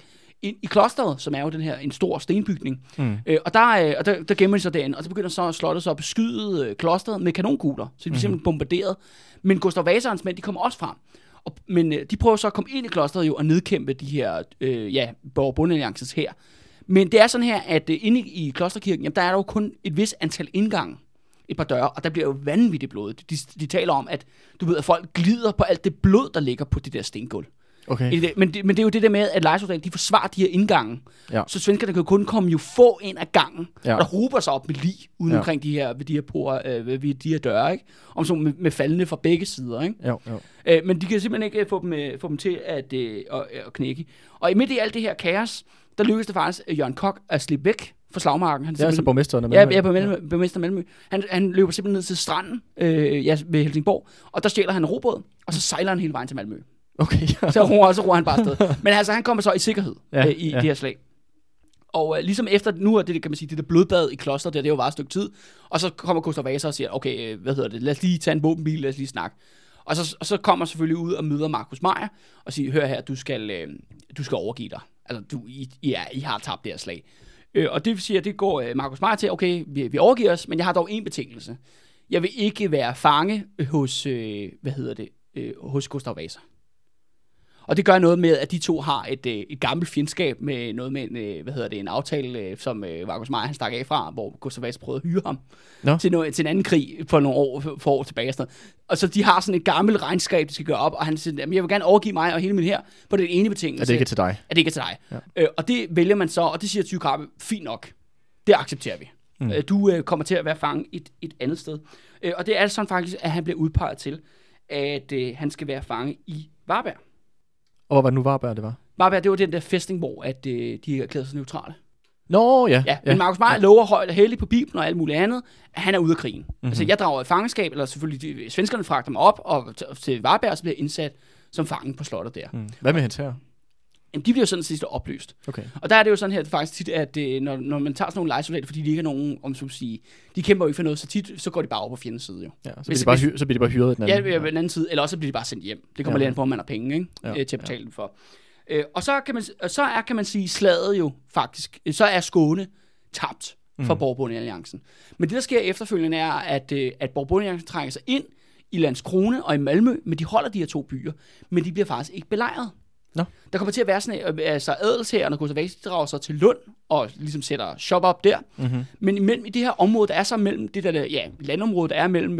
ind i klosteret, som er jo den her en stor stenbygning.
Mm.
Øh, og der, øh, og der, der gemmer de sig derinde, og så begynder så slottet så at beskyde øh, klosteret med kanonkugler, så de bliver
Mhm.
simpelthen bombarderet. Men Gustav Vasa og hans mænd, de kommer også frem. Og, men øh, de prøver så at komme ind i klosteret jo og nedkæmpe de her, øh, ja, Borg-Bonde-alliancens her. Men det er sådan her, at øh, inde i, i klosterkirken, jamen, der er der jo kun et vis antal indgange, et par døre, og der bliver jo vanvittigt blodet. De, de taler om, at du ved, at folk glider på alt det blod, der ligger på det der stengulv.
Okay.
Men det, men det er jo det der med, at lejesoldaterne, de forsvarer de her indgange.
Ja.
Så svenskerne kan jo kun komme jo få ind ad gangen,
Ja.
og der hober sig op med lig uden
Ja.
omkring de her, ved de her, por, øh, ved de her døre, ikke? Om så med, med faldende fra begge sider, ikke?
Jo, jo.
Øh, men de kan simpelthen ikke få dem, øh, få dem til at, øh, at, at knække. Og i midt i alt det her kaos, der lykkedes det faktisk øh, Jørgen Koch at slippe væk fra slagmarken. Han
Det er altså borgmesteren af
Ja,
Malmø.
ja, på Malmø, borgmester Malmø. Han, han løber simpelthen ned til stranden øh, ja, ved Helsingborg, og der stjæler han en robåd, og så sejler han hele vejen til Malmø.
Okay.
Så roer, så roer han bare afsted. Men altså, han kommer så i sikkerhed
Ja,
øh, i
ja.
det her slag. Og øh, ligesom efter, nu er det, kan man sige, det der blodbad i klosteret, der, det er jo bare et stykke tid. Og så kommer Gustav Vasa og siger, okay, øh, hvad hedder det, lad os lige tage en våbenbil, lad os lige snakke. Og så, og så kommer selvfølgelig ud og møder Markus Meyer og siger, hør her, du skal, øh, du skal overgive dig. Altså, du, I, I, er, I har tabt det her slag. Øh, og det siger, det går øh, Markus Meyer til, okay, vi, vi overgiver os, men jeg har dog en betingelse. Jeg vil ikke være fange hos, øh, hvad hedder det, øh, hos Gustav Vasa. Og det gør noget med, at de to har et, øh, et gammelt fjendskab med noget med en, øh, hvad hedder det, en aftale, øh, som øh, Markus Meyer han stak af fra, hvor Gustav Vasa prøvede at hyre ham
Nå.
til, noget, til en anden krig for nogle år, for, for år tilbage. Og, sådan noget. Og så de har sådan et gammelt regnskab, de skal gøre op, og han siger, jamen, jeg vil gerne overgive mig og hele min her på den ene betingelse.
Er det ikke til dig?
At det ikke er til dig.
Ja.
Øh, og det vælger man så, og det siger Tycho Krabbe, fint nok. Det accepterer vi.
Mm.
Øh, du øh, kommer til at være fange et, et andet sted. Øh, og det er sådan faktisk, at han bliver udpeget til, at øh, han skal være fange i Varberg.
Og hvor var det nu Varberg, det var?
Varberg, det var den der fæstning, hvor at, øh, de erklærede sig neutrale.
Nå, ja.
Ja, men Markus Meyer lover højt og heldigt på Bibelen og alt muligt andet, at han er ude af krigen.
Mhm.
Mm-hmm. Altså, jeg drager i fangenskab, eller selvfølgelig, de, svenskerne fragter mig op og t- til Varberg, så bliver jeg indsat som fange på slottet der.
Mm. Hvad med hans her?
Jamen, de bliver jo sådan sidst opløst.
Okay.
Og der er det jo sådan her faktisk tit, at øh, når, når man tager sådan nogle lejesoldater, fordi de ikke er nogen, om så at sige, de kæmper jo ikke for noget, så tit, så går de bare over på fjendens side jo.
Ja, så,
Hvis-
bliver de bare
hvis-
hy- så bliver de bare hyret i den
Ja,
anden.
ja, på den anden side, eller også bliver de bare sendt hjem. Det kommer
Ja.
ja. lidt an på, om man har penge, ikke?
Ja.
Øh, til at betale ja. dem for. Øh, og så kan, man, så er, kan man sige, slaget jo faktisk, øh, så er Skåne tabt for
Mm.
Borg-Bonde-alliancen. Men det, der sker efterfølgende, er, at, øh, at Borg-Bonde-alliancen trænger sig ind i Landskrone og i Malmø, men de holder de her to byer, men de bliver faktisk ikke belejret.
Nå.
Der kommer til at være sådan, øh, altså adelshæren, når Gustav Vasa drager sig til Lund, og ligesom sætter shop op der.
Mm-hmm.
Men imellem i det her område, der er så mellem det der, der ja, landområde, der er mellem,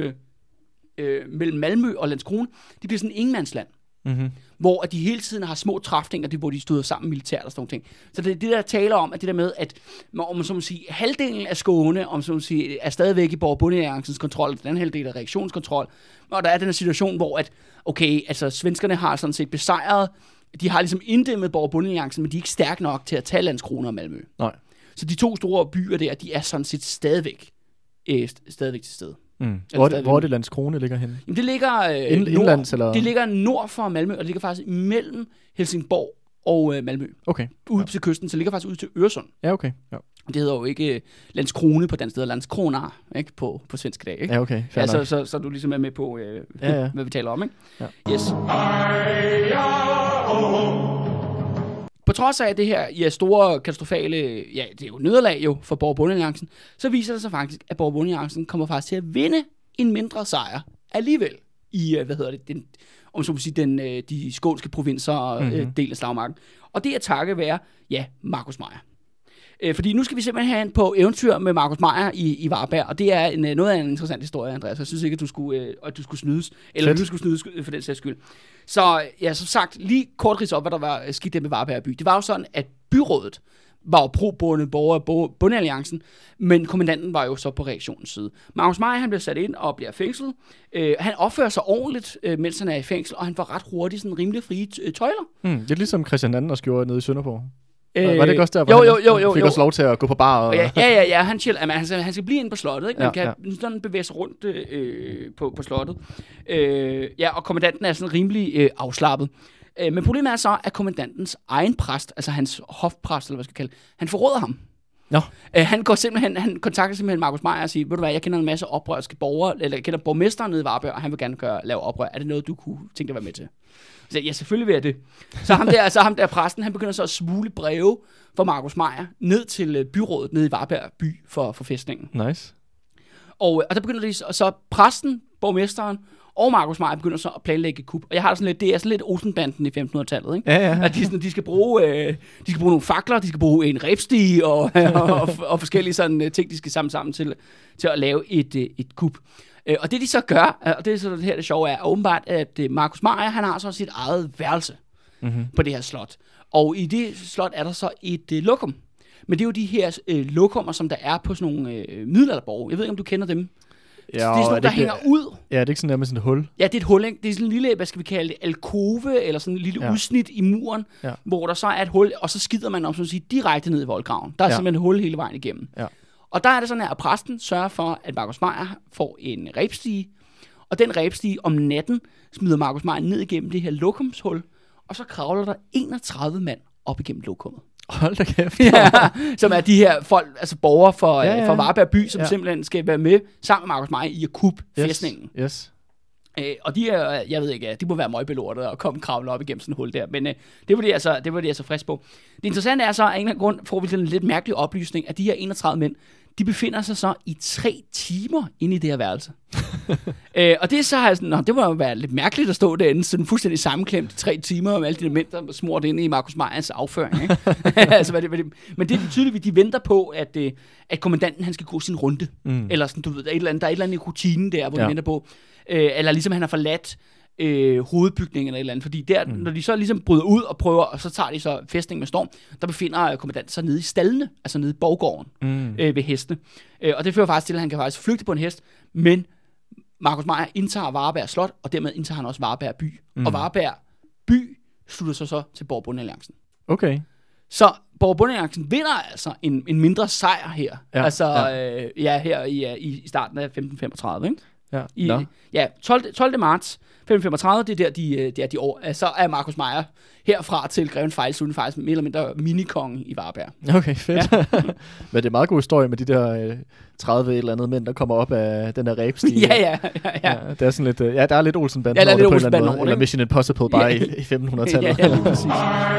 øh, mellem Malmø og Landskrone, det bliver sådan en ingenmandsland,
Mm-hmm.
hvor at de hele tiden har små træfninger, det, hvor de stod sammen militært og sådan nogle ting. Så det er det, der taler om, at det der med, at om man så må sige, halvdelen af Skåne, om så må sige, er stadigvæk i Borg-Bonde-alliancens kontrol, og den anden halvdel er reaktionskontrol, og der er den her situation, hvor at, okay, altså svenskerne har sådan set besejret, de har ligesom inddæmmet Borg-Bonde-alliancen, men de er ikke stærke nok til at tage Landskrone og Malmø.
Nej.
Så de to store byer der, de er sådan set stadigvæk, øh, stadigvæk til stede.
Mm. Hvor, er det, hvor er det Landskrone ligger henne?
Jamen, det ligger øh,
Ind-
nord,
indlands, eller?
det ligger nord for Malmø, og det ligger faktisk mellem Helsingborg og øh, Malmø.
Okay.
Ude
Ja.
til kysten, så det ligger faktisk ud til Øresund.
Ja, okay. Ja,
Det hedder jo ikke øh, Landskrone på dansk, det hedder Landskronar, ikke? På, på svensk i dag, ikke?
ja okay. Fair
Ja, så,
nok.
så, så du ligesom er med på, øh,
Ja, ja.
hvad vi taler om, ikke?
Ja.
Yes.
Ej, ja, oh, oh.
På trods af det her ja, store katastrofale, ja, det er jo nederlag jo for Borg-Bonde-alliancen, så viser det sig faktisk, at Borg-Bonde-alliancen kommer faktisk til at vinde en mindre sejr alligevel i, øh, hvad hedder det, den, om så må sige, den, øh, de skånske provinser og mm-hmm. øh, del af slagmarken. Og det er takket være, ja, Markus Meyer. Øh, fordi nu skal vi simpelthen have en på eventyr med Markus Meyer i, i Varberg, og det er en, noget af en interessant historie, Andreas. Jeg synes ikke, at du skulle, øh, at du skulle snydes, eller
Fedt.
at du skulle snydes øh, for den sags skyld. Så ja, som sagt, lige kort rids op, hvad der var skidt der med Varberg by. Det var jo sådan, at byrådet var jo pro-bonde borger af Bondealliancen, men kommandanten var jo så på reaktionens side. Markus Meyer, han bliver sat ind og bliver fængslet. Øh, han opfører sig ordentligt, øh, mens han er i fængsel, og han får ret hurtigt sådan rimelig frie t- tøjler.
Mm. Det er ligesom Christian Anden også gjorde nede i Sønderborg.
Øh,
Var det ikke også der, hvor
jo,
han
jo, jo, jo,
fik
jo.
også lov til at gå på bar? Og...
Og ja, ja, ja, ja, han, chill, jamen, han, skal, han skal blive inde på slottet, ikke? Man
Ja,
kan sådan bevæge sig rundt øh, på, på slottet. Øh, ja, og kommandanten er sådan rimelig øh, afslappet. Øh, men problemet er så, at kommandantens egen præst, altså hans hofpræst, eller hvad skal jeg kalde, han forråder ham.
Nå.
Øh, han går simpelthen, han kontakter simpelthen Markus Meier og siger, ved du hvad, jeg kender en masse oprørske borgere, eller jeg kender borgmesteren nede i Varberg, og han vil gerne gøre, lave oprør. Er det noget, du kunne tænke dig at være med til? Så ja, selvfølgelig vil jeg det. Så ham der, så ham der præsten, han begynder så at smule breve for Markus Meier ned til byrådet nede i Varberg by for, for fæstningen.
Nice.
Og, og der begynder de, og så præsten, borgmesteren og Markus Meier begynder så at planlægge et kup. Og jeg har sådan lidt, det er sådan lidt Olsenbanden i femtenhundredetallet, ikke?
Ja, ja, ja.
At de, sådan, de, skal bruge, øh, de skal bruge nogle fakler, de skal bruge en rebstige og, og, og, og forskellige sådan ting, de skal sammen sammen til, til at lave et, et kup. Og det de så gør, og det er så det her det sjove er, er åbenbart, at Markus Meier, han har så sit eget værelse mm-hmm. på det her slot. Og i det slot er der så et øh, lokum. Men det er jo de her øh, lokummer, som der er på sådan nogle øh, middelalderborge. Jeg ved ikke, om du kender dem. Ja, det er sådan nogle, der hænger
det,
ud.
Ja, det er ikke sådan der med sådan et hul.
Ja, det er et hul, ikke? Det er sådan en lille, hvad skal vi kalde det, alkove, eller sådan en lille ja. udsnit i muren, ja. hvor der så er et hul, og så skider man om, så at sige, direkte ned i voldgraven. Der er ja. simpelthen et hul hele vejen igennem. Ja. Og der er det sådan, at præsten sørger for, at Markus Meier får en rebstige, og den rebstige om natten smider Markus Meier ned igennem det her lokumshul, og så kravler der enogtredive mand op igennem lokummet.
Hold da kæft.
Ja, som er de her folk, altså borgere for, ja, ja. for Varberg by, som ja. simpelthen skal være med sammen med Markus Meier i at kuppe
yes.
fæstningen.
Yes.
Øh, og de er, jeg ved ikke, de må være møgbelortet og komme kravle op igennem sådan et hul der, men øh, det var de altså, det var de altså frisk på. Det interessante er så, at af en eller anden grund får vi sådan en lidt mærkelig oplysning, at de her enogtredive mænd, de befinder sig så i tre timer inde i det her værelse. øh, og det er så her sådan, nå, det må jo være lidt mærkeligt at stå derinde, sådan fuldstændig sammenklemt i tre timer, med alle de elementer, der smurt inde i Markus Meyers afføring. Ikke? altså, hvad det, hvad det, men det er tydeligt, de venter på, at, øh, at kommandanten han skal gå sin runde. Mm. Eller sådan, du ved, der er et eller andet, der er et eller andet i rutinen der, hvor ja. de venter på, øh, eller ligesom han har forladt øh, hovedbygningen eller et eller andet, fordi der, mm. når de så ligesom bryder ud og prøver, og så tager de så fæstningen med storm, der befinder kommandanten sig nede i stallene, altså nede i borggården mm. øh, ved hestene. Øh, og det fører faktisk til, at han kan faktisk flygte på en hest, men Markus Meier indtager Varberg Slot, og dermed indtager han også Varberg by. Mm. Og Varberg by slutter sig så til Borg-Bonde-alliancen.
Okay.
Så Borg-Bonde-alliancen vinder altså en, en mindre sejr her. Ja, altså, ja. Øh, ja, her i, i starten af femten femogtredive, ikke?
Ja,
I,
no.
ja tolvte marts femten femogtredive, det er der de, det er de år. Så er Markus Meier herfra til Greven Fejlsund faktisk mere eller mindre minikonge i Varberg.
Okay, fedt. Ja. Men det er en meget god historie med de der øh, tredive eller andet mænd, der kommer op af den der ræbstige.
ja, ja, ja, ja.
ja. Det er sådan lidt, øh, ja, der er lidt Olsenbanden
ja, der er lidt
over det på en
Olsenbanden
eller anden måde. Eller Mission Impossible bare ja. i, i femtenhundredetallet.
ja, ja, præcis.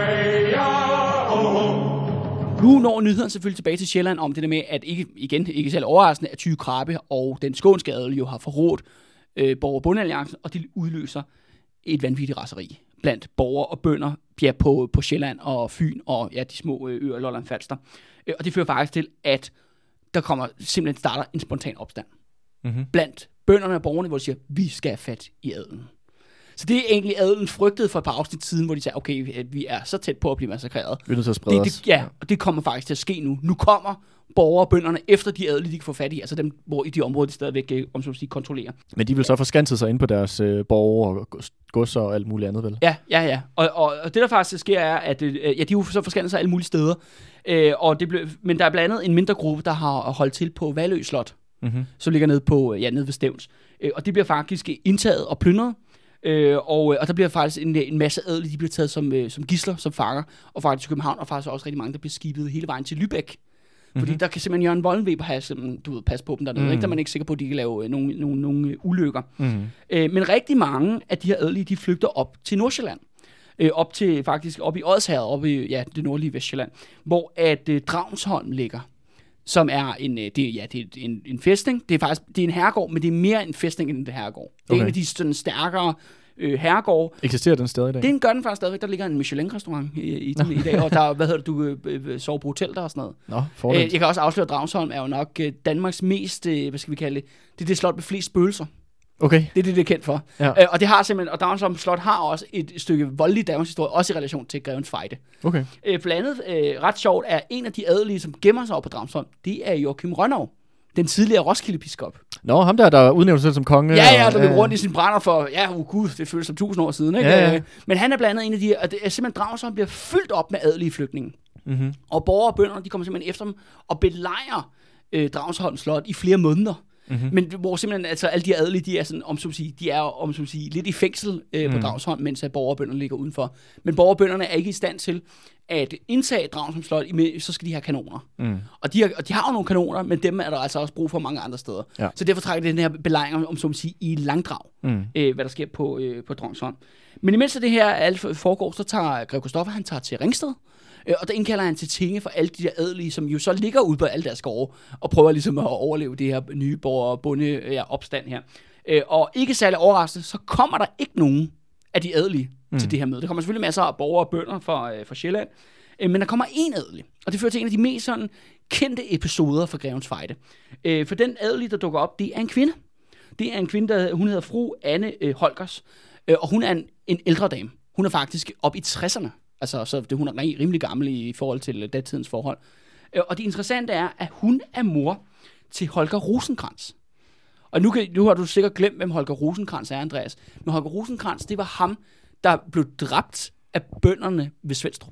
Nu når nyheden selvfølgelig tilbage til Sjælland om det der med, at ikke, igen, ikke selv overraskende, at Tyge Krabbe og den skånske adel jo har forrådt øh, Borg- og Bonde-alliancen, og de udløser et vanvittigt raseri blandt borgere og bønder ja, på, på Sjælland og Fyn og ja, de små øh, øer, Lolland Falster. Øh, og det fører faktisk til, at der kommer simpelthen starter en spontan opstand mm-hmm. blandt bønderne og borgerne, hvor de siger, vi skal have fat i adelen. Så det er egentlig adelen frygtede for et par afsnit siden, hvor de sagde, okay, vi er så tæt på at blive massakreret.
Vi er nødt til at sprede
det, det, ja, og det kommer faktisk til at ske nu. Nu kommer borgere og bønderne efter de adelige, de kan få fat i, altså dem, hvor i de områder, de stadigvæk, om så at sige, kontrollerer.
Men de vil så forskanse sig ind på deres øh, borgere og godser og alt muligt andet, vel?
Ja, ja, ja. Og, og, og det, der faktisk sker, er, at øh, ja, de er jo så forskanset sig alle mulige steder. Øh, og det blev, men der er blandt andet en mindre gruppe, der har holdt til på Valø Slot, mm-hmm. som ligger nede, på, ja, nede ved Stevns. Øh, og det bliver faktisk indtaget og plyndret. Øh, og, og der bliver faktisk en, en masse adelige, de bliver taget som, øh, som gidsler, som fanger, og faktisk i København, og faktisk også rigtig mange, der bliver skibet hele vejen til Lübeck. Fordi mm-hmm. der kan simpelthen Jørgen Vollenweber have simpelthen, du ved, pas på dem dernede, mm. ikke? Der er man ikke sikker på, at de kan lave øh, nogle, nogle, nogle ulykker. Mm. Øh, men rigtig mange af de her adelige, de flygter op til Nordsjælland. Øh, op til faktisk op i Odsherred, op i ja, det nordlige Vestjylland, hvor at øh, Dragsholm ligger. Som er en, det, ja, det er en, en fæstning. Det er faktisk det er en herregård, men det er mere en fæstning end en herregård. Det er okay. En af de sådan stærkere øh, herregård.
Eksisterer den stadig i dag?
Den gør den faktisk stadigvæk. Der ligger en Michelin-restaurant i, i, den, i dag, og der, hvad hedder det, du øh, sover på hotel der og sådan noget.
Nå, fornemt.
øh, Jeg kan også afsløre, at Dragsholm er jo nok øh, Danmarks mest, øh, hvad skal vi kalde det, det er det slot med flest spøgelser.
Okay.
Det er det, det er kendt for. Ja. Øh, og det har simpelthen, og Dragsholm Slot har også et stykke voldelig Danmarks historie, også i relation til Grevens Fejde.
Okay.
Øh, blandt andet, øh, ret sjovt, er en af de adelige, som gemmer sig op på Dragsholm, det er Joachim Rønnow, den tidligere Roskilde-biskop.
Nå, ham der, der udnævnte sig som konge.
Ja, ja, der løb rundt i sin brænder for, ja, oh gud, det føles som tusind år siden, ikke? Ja, ja. Men han er blandt andet en af de, og det er simpelthen Dragsholm bliver fyldt op med adelige flygtninge. Mm-hmm. Og borgere og bønder, de kommer simpelthen efter dem og belejrer øh, Dragsholm Slot i flere måneder. Mm-hmm. Men hvor simpelthen altså, alle de adelige, de er, sådan, om, som sige, de er om, som sige, lidt i fængsel øh, på mm. Dragsholm, mens borgerbønderne ligger udenfor. Men borgerbønderne er ikke i stand til at indtage Dragsholm Slot, så skal de have kanoner. Mm. Og, de har, og de har jo nogle kanoner, men dem er der altså også brug for mange andre steder. Ja. Så derfor trækker det den her belejring, om, om som sige, i langdrag, mm. øh, hvad der sker på, øh, på Dragsholm. Men imens det her alt foregår, så tager Grev Christoffer, han tager til Ringsted, øh, og der indkalder han til tinge for alle de der adelige, som jo så ligger ude på alle deres skove, og prøver ligesom at overleve det her nye borger-bonde ja, opstand her. Øh, og ikke særlig overraskende, så kommer der ikke nogen af de adelige mm. til det her møde. Der kommer selvfølgelig masser af borgere og bønder fra, øh, fra Sjælland, øh, men der kommer en adelig, og det fører til en af de mest sådan kendte episoder fra Grevens Fejde. Øh, for den adelige, der dukker op, det er en kvinde. Det er en kvinde, der hun hedder fru Anne øh, Holgers, øh, og hun er en, en ældre dame. Hun er faktisk op i tresserne, altså så det, hun er rimelig gammel i forhold til datidens forhold. Øh, og det interessante er, at hun er mor til Holger Rosenkrantz. Og nu, kan, nu har du sikkert glemt, hvem Holger Rosenkrantz er, Andreas. Men Holger Rosenkrantz, det var ham, der blev dræbt af bønderne ved Svenstrup.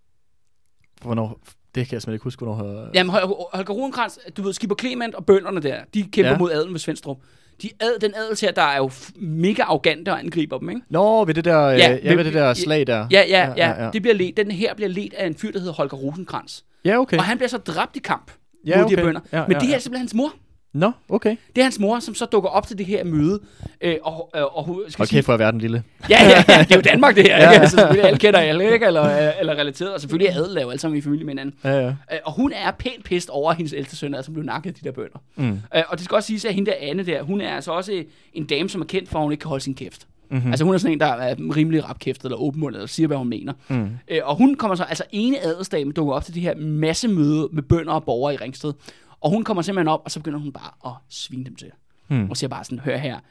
Hvornår? Det kan jeg simpelthen ikke huske, hvornår...
Jamen, Holger, Holger Rosenkrantz, du ved, Skipper Clement og bønderne der, de kæmper ja. mod adelen ved Svenstrup. De ad, den adels her, der er jo mega arrogante og angriber dem, ikke?
Nå, ved det der, ja, ja, ved det der slag der.
Ja, ja, ja. ja, ja. Det bliver ledt, den her bliver ledt af en fyr, der hedder Holger Rosenkrantz.
Ja, okay.
Og han bliver så dræbt i kamp
ja,
mod
okay.
de her bønder.
Ja,
Men
ja,
det her
ja.
er simpelthen hans mor.
Nå, no, okay.
Det er hans mor, som så dukker op til det her møde. Øh, og, og, og, skal
okay, sige, for at være den lille.
Ja, ja, ja, det er jo Danmark, det her. ja, ja. Altså, selvfølgelig alle kender alle, ikke? Eller, eller relateret. Og selvfølgelig er adel jo alle sammen i familie med hinanden.
Ja, ja.
Øh, og hun er pænt pist over hendes ældste søn, som blev nakket af de der bønder. Mm. Øh, og det skal også siges, at hende der Anne der, hun er altså også en dame, som er kendt for, at hun ikke kan holde sin kæft. Mm-hmm. Altså hun er sådan en, der er rimelig rapkæftet eller åbenmundet, eller siger, hvad hun mener. Mm. Øh, og hun kommer så, altså ene adelsdame dukker op til det her masse møde med bønder og borgere i Ringsted. Og hun kommer simpelthen op, og så begynder hun bare at svine dem til. Hmm. Og siger bare sådan, hør her,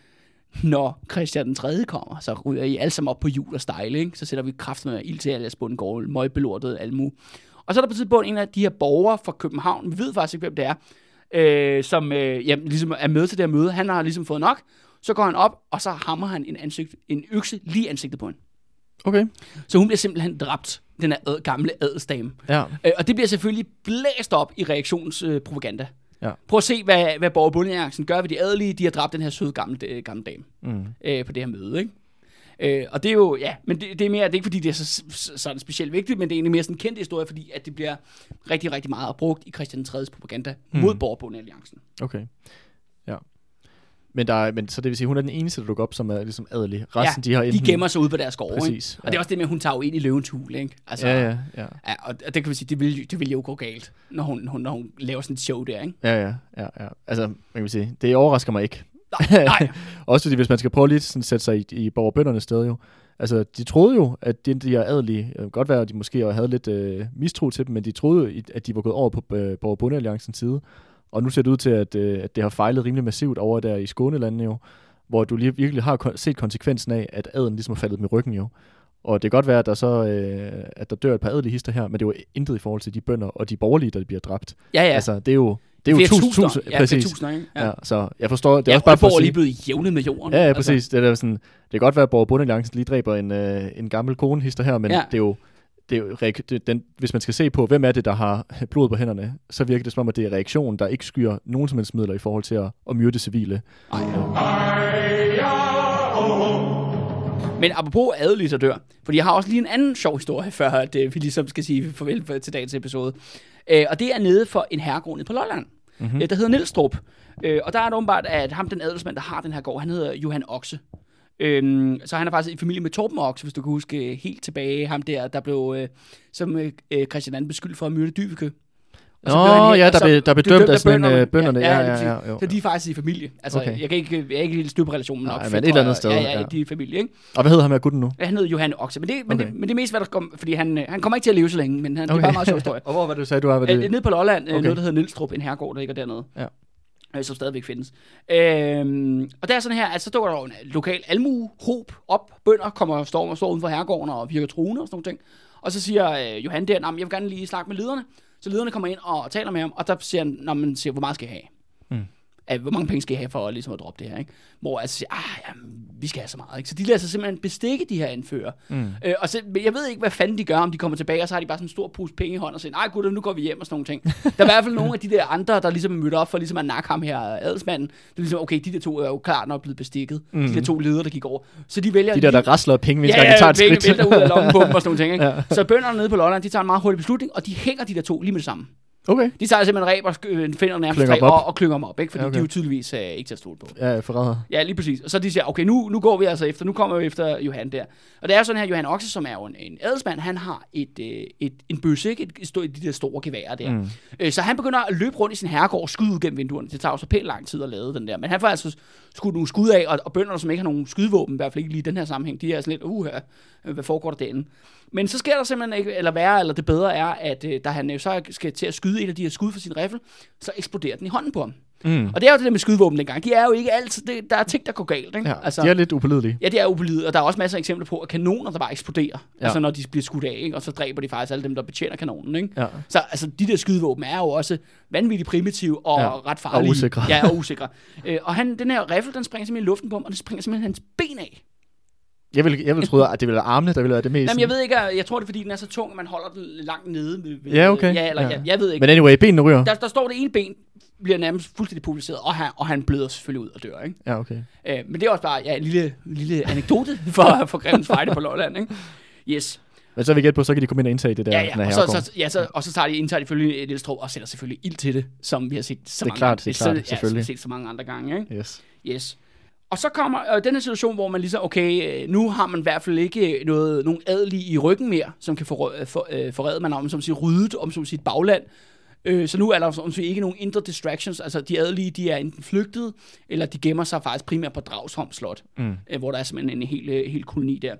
når Christian den tredje kommer, så ryger I alle sammen op på hjul og stejle, ikke? Så sætter vi kraft med ild til alles bundegård, møgbelortet almu. Og så er der på tidspunkt en af de her borgere fra København, vi ved faktisk ikke, hvem det er, øh, som øh, ja, ligesom er med til det her møde. Han har ligesom fået nok. Så går han op, og så hammer han en, ansigt, en økse lige ansigtet på hende.
Okay.
Så hun bliver simpelthen dræbt, den her ad, gamle adelsdame. Ja. Øh, og det bliver selvfølgelig blæst op i reaktionspropaganda. Øh, ja. Prøv at se, hvad, hvad Borger Bondealliancen gør ved de adelige. De har dræbt den her søde gamle, øh, gamle dame mm. øh, på det her møde, ikke? Øh, og det er jo, ja, men det, det er mere, det er ikke fordi, det er så, så, sådan specielt vigtigt, men det er egentlig mere sådan en kendt historie, fordi at det bliver rigtig, rigtig meget brugt i Christian den tredjes propaganda mm. mod Borger Bondealliancen.
Okay, ja. Men, der er, men så det vil sige, hun er den eneste, der dukker op, som er ligesom adelig. Resten, ja, de har enten...
de gemmer sig ude på deres skove,
præcis,
ikke? Og ja. det er også det med, at hun tager jo ind i løvens hule, ikke? Altså,
ja, ja, ja.
ja. Og det kan vi sige, det vil, det vil jo gå galt, når hun, hun, når hun laver sådan et show der, ikke?
Ja, ja, ja, ja. Altså, man kan sige, det overrasker mig ikke.
Nej, nej.
Også fordi, hvis man skal prøve lidt sådan sætte sig i, i borgerbøndernes sted jo. Altså, de troede jo, at de, de her adelige, øh, godt være, at de måske havde lidt øh, mistro til dem, men de troede jo, at de var gået over på øh, Borger Bondealliancens side. Og nu ser det ud til, at, øh, at det har fejlet rimelig massivt over der i Skånelandene jo, hvor du lige virkelig har kon- set konsekvensen af, at adelen ligesom har faldet med ryggen jo. Og det kan godt være, at der så øh, at der dør et par adelige hister her, men det er jo intet i forhold til de bønder og de borgerlige, der bliver dræbt.
Ja, ja.
Altså, det er jo det er jo tusind, tusind,
ja,
præcis.
tusinder, ikke? Ja.
Ja, så jeg forstår, det er
ja,
også bare for at sige.
lige blevet jævnet med jorden.
Ja, ja, præcis. Altså. Det er der sådan, det kan godt være, at Borger Bondealliancen lige dræber en øh, en gammel konehister her, men ja. det er jo det er jo det, den, hvis man skal se på, hvem er det, der har blod på hænderne, så virker det som om, at det er reaktionen, der ikke skyer nogen som helst midler i forhold til at, at myrde civile. Ej, ja.
Men apropos adelige, der dør, fordi jeg har også lige en anden sjov historie, før at, uh, vi ligesom skal sige farvel for, til dagens episode. Uh, og det er nede for en herregård nede på Lolland, mm-hmm. uh, der hedder Nielstrup. Uh, og der er det åbenbart, at ham, den adelsmand, der har den her gård, han hedder Johan Okse. Uh, så han er faktisk i familie med Torben Okse, hvis du kan huske helt tilbage, ham der, der blev, uh, som uh, Christian anden beskyldt for at myrde Dyveke.
Nå, oh, ja, der blev der blev dømt af sådan en bønderne.
Ja, ja, ja, ja, ja, så de er faktisk i familie. Altså, okay. jeg kan ikke, jeg er ikke helt styr på relationen nok.
Nej, men et eller andet sted.
Ja, ja, de er i familie, ikke?
Og hvad hedder ham her gutten nu?
Ja, han hedder Johan Okse, men det, men, okay. det, men det er mest, hvad der kommer, fordi han, han kommer ikke til at leve så længe, men han, okay. det er bare meget sjov historie.
Og hvor var det, du sagde, du var? Det?
Nede på Lolland, okay. noget, der hedder Nielstrup, en herregård, der ligger dernede. Ja. Som stadigvæk findes. Øhm, og der er sådan her, altså så dukker der en lokal almuehob op, bønder kommer og står, står uden for herregården og virker truende og sådan nogle ting. Og så siger øh, Johan der, jeg vil gerne lige snakke med lederne. Så lederne kommer ind og taler med ham, og der siger han, når man siger, hvor meget skal jeg have? Mm. at, hvor mange penge skal I have for ligesom at droppe det her, ikke? Hvor altså siger, ah, jamen, vi skal have så meget, ikke? Så de lader sig simpelthen bestikke de her anfører. Mm. Øh, og så, jeg ved ikke, hvad fanden de gør, om de kommer tilbage, og så har de bare sådan en stor pose penge i hånden og siger, nej gutter, nu går vi hjem og sådan nogle ting. Der er i hvert fald nogle af de der andre, der ligesom er mødt op for ligesom at nakke ham her, adelsmanden. Det er ligesom, okay, de der to er jo klart nok blevet bestikket. Mm. De der to ledere, der gik over. Så de vælger...
De der, der rasler penge, hvis
ja,
de tager et skridt.
Ja, penge vælter ud af lommen på dem og sådan nogle ting, ikke? Ja. Så bønderne nede på Lolland, de tager en meget hurtig beslutning, og de hænger de der to lige med det samme.
Okay.
De tager simpelthen ræb og sk- finder nærmest træ og, og klynger dem op, ikke? Fordi ja, okay. de er jo tydeligvis uh, ikke til at stole på.
Ja, forræder.
Ja, lige præcis. Og så de siger, okay, nu, nu går vi altså efter, nu kommer vi efter Johan der. Og det er sådan her, Johan Oxe, som er jo en, en adelsmand, han har et, et, et, en bøsse, ikke? Et, et, et, de der store geværer der. Mm. Øh, så han begynder at løbe rundt i sin herregård og skyde ud gennem vinduerne. Det tager jo så pænt lang tid at lade den der. Men han får altså skudt nogle skud af, og, og bønderne, som ikke har nogen skydevåben, i hvert fald ikke lige i den her sammenhæng, de er sådan lidt, uh, hvad foregår der derinde? Men så sker der simpelthen ikke, eller værre, eller det bedre er, at øh, da han øh, så skal til at skyde et af de her skud fra sin riffel, så eksploderer den i hånden på ham. Mm. Og det er jo det der med skydevåben dengang. De er jo ikke altid, det, der er ting, der går galt, ikke?
Ja,
altså,
de er lidt upålidelige.
Ja, de er upålidelige, og der er også masser af eksempler på, at kanoner, der bare eksploderer, ja. Altså når de bliver skudt af, ikke? Og så dræber de faktisk alle dem, der betjener kanonen, ikke? Ja. Så altså, de der skydevåben er jo også vanvittigt primitive og ja. ret farlige.
Og usikre.
Ja, og usikre. øh, og han, den her riffel, den springer simpelthen i luften på ham, og det springer simpelthen hans ben af.
Jeg vil, jeg vil tro, at det ville være armene, der ville være det mest.
Jamen, jeg ved ikke, jeg tror det er, fordi den er så tung, at man holder den langt nede. Ved, ved,
ja, okay.
Ja, eller, ja. Jeg, jeg ved ikke.
Men anyway, benene ryger.
Der, der står det ene ben, bliver nærmest fuldstændig pulveriseret, og han, og han bløder selvfølgelig ud og dør, ikke?
Ja, okay.
Øh, men det er også bare ja, en lille, lille anekdote for, for Grevens Fejde på Lolland, ikke? Yes.
Men så vil vi gætte på, så kan de komme ind og indtage det der.
Ja, ja. Og, så, så, ja så, og så tager de indtager de selvfølgelig et elstrå og sætter selvfølgelig ild til det, som vi har set så
det er
mange
klart, det er klart,
ja,
selvfølgelig.
vi har set så mange andre gange, ikke?
Yes.
Yes. Og så kommer øh, den her situation, hvor man ligesom, okay, nu har man i hvert fald ikke noget, nogen adelige i ryggen mere, som kan forrø- for, øh, forræde, man om, som siger, ryddet om som sit bagland. Øh, så nu er der som siger, ikke nogen indre distractions, altså de adelige, de er enten flygtet, eller de gemmer sig faktisk primært på Dragsholm Slot, mm. øh, hvor der er simpelthen en hel, hel koloni der.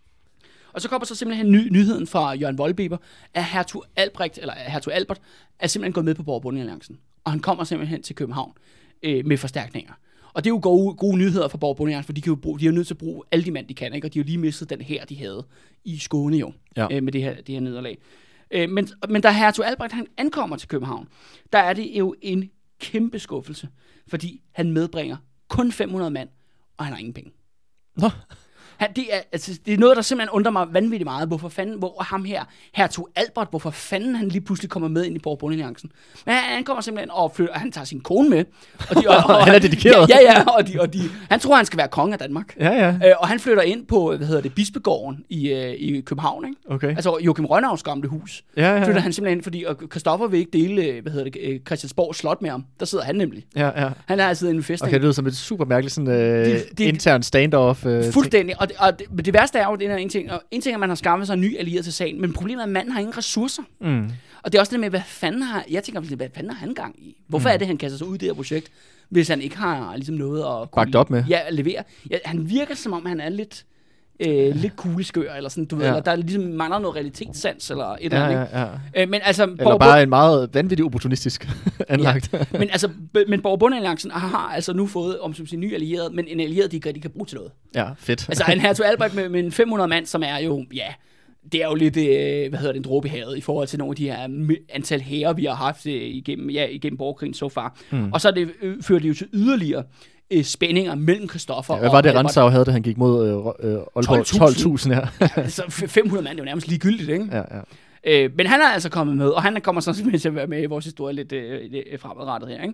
Og så kommer så simpelthen ny, nyheden fra Jørgen Voldbeber, at hertug Albrecht, eller hertug Albert, er simpelthen gået med på Borg-Bonde-alliancen. Og han kommer simpelthen til København øh, med forstærkninger. Og det er jo gode, gode nyheder for Borg-Bonde-alliancen, for de, kan jo bruge, de er jo nødt til at bruge alle de mænd, de kan, ikke? Og de har jo lige mistet den her, de havde i Skåne jo, ja. øh, med det her, det her nederlag. Øh, men, men da hertug Albrecht han ankommer til København, der er det jo en kæmpe skuffelse, fordi han medbringer kun fem hundrede mand, og han har ingen penge.
Nå.
Han, det, er, altså, det er noget, der simpelthen undrer mig vanvittigt meget. Hvorfor fanden, hvor ham her, hertug Albert, hvorfor fanden han lige pludselig kommer med ind i Borg-Bonde-alliancen. Men han, han kommer simpelthen og flytter, og han tager sin kone med. Og de, og, og,
han er dedikeret.
Ja, ja, og, de, og de, han tror, han skal være konge af Danmark.
Ja, ja.
Øh, og han flytter ind på, hvad hedder det, Bispegården i, øh, i København, ikke?
Okay.
Altså Joachim Rønnavs gamle hus.
Ja, ja.
Flytter han simpelthen ind, fordi og Christoffer vil ikke dele, hvad hedder det, Christiansborg Slot med ham. Der sidder han nemlig.
Ja, ja.
Han er altid en fest.
Okay, det lyder som et super mærkeligt sådan øh, de, de, intern standoff. Øh,
fuldstændig. Og, og det, det værste er jo, det er en ting, og en ting er, at man har skaffet sig en ny allieret til sagen, men problemet er, at manden har ingen ressourcer. Mm. Og det er også det med, hvad fanden har, jeg tænker, hvad fanden har han gang i? Hvorfor mm. er det, han kaster sig ud i det her projekt, hvis han ikke har ligesom noget at
bagt op med?
Ja, levere. Ja, han virker som om, han er lidt, øh, lidt kugleskør, eller sådan, du ved, ja. Eller der er ligesom mangler noget realitetssans, eller et eller andet.
Ja, ja, ja.
Øh, men altså,
eller
Borg
bare en meget vanvittig opportunistisk anlagt.
Ja. Men altså, men Borg-Bonde-alliancen har altså nu fået, om som sin nye allieret, men en allieret, de, de kan bruge til noget.
Ja, fedt.
Altså en hertug Albrecht med, med en fem hundrede mand, som er jo, ja, det er jo lidt, øh, hvad hedder det, en dråbe i havet i forhold til nogle af de her antal hære, vi har haft øh, igennem, ja, igennem borgerkrigen så far. Mm. Og så det, øh, fører det jo til yderligere øh, spændinger mellem Christoffer
ja, hvad var det, Rantzau havde, da han gik mod øh, Aalborg? tolv tusind, ja.
Ja, altså fem hundrede mand, det er jo nærmest ligegyldigt, ikke?
Ja, ja.
Øh, men han er altså kommet med, og han kommer sådan til at være med i vores historie lidt øh, fremadrettet her, ikke?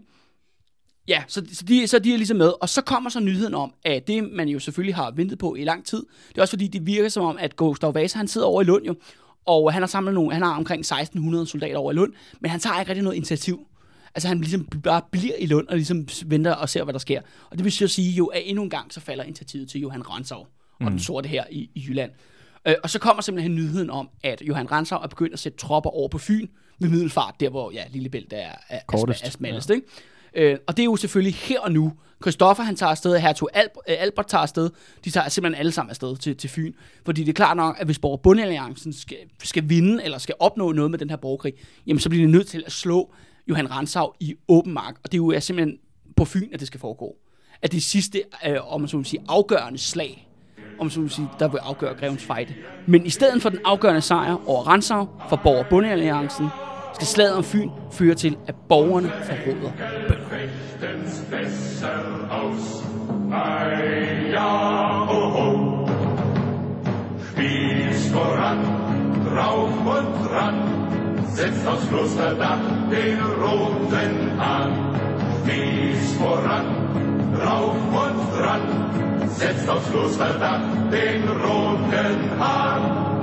Ja, så, så, de, så de er ligesom med, og så kommer så nyheden om, at det man jo selvfølgelig har ventet på i lang tid, det er også fordi, det virker som om, at Gustav Vasa, han sidder over i Lund jo, og han har samlet nogle, han har omkring seksten hundrede soldater over i Lund, men han tager ikke rigtig noget initiativ. Altså han ligesom bare bliver i Lund, og ligesom venter og ser, hvad der sker. Og det vil så sige jo, at endnu en gang, så falder initiativet til Johan Rantzau, mm. og den sorte her i, i Jylland. Øh, og så kommer simpelthen nyheden om, at Johan Rantzau er begyndt at sætte tropper over på Fyn, ved Middelfart, der hvor, ja, Lillebælt er, er, er, er smallest, ja. Ikke? Øh, og det er jo selvfølgelig her og nu. Christoffer, han tager afsted, hertug Albert, Albert tager afsted. De tager simpelthen alle sammen afsted til, til Fyn. Fordi det er klart nok, at hvis Borg-Bonde-alliancen skal, skal vinde, eller skal opnå noget med den her borgerkrig, jamen så bliver de nødt til at slå Johan Rantzau i åben mark. Og det er jo simpelthen på Fyn, at det skal foregå. At det sidste, øh, om man så må sige, afgørende slag, om så må sige, der vil afgøre Grevens Fejde. Men i stedet for den afgørende sejr over Rantzau for Borg-Bonde-alliancen, skal slaget om Fyn føre til, at borgerne forråder bønder.
fechtens besser aus. Ei, ja, oho. Spieß voran, drauf und dran, setzt aufs Klosterdach den roten Hahn. Spieß voran, drauf und dran, setzt aufs Klosterdach den roten Hahn.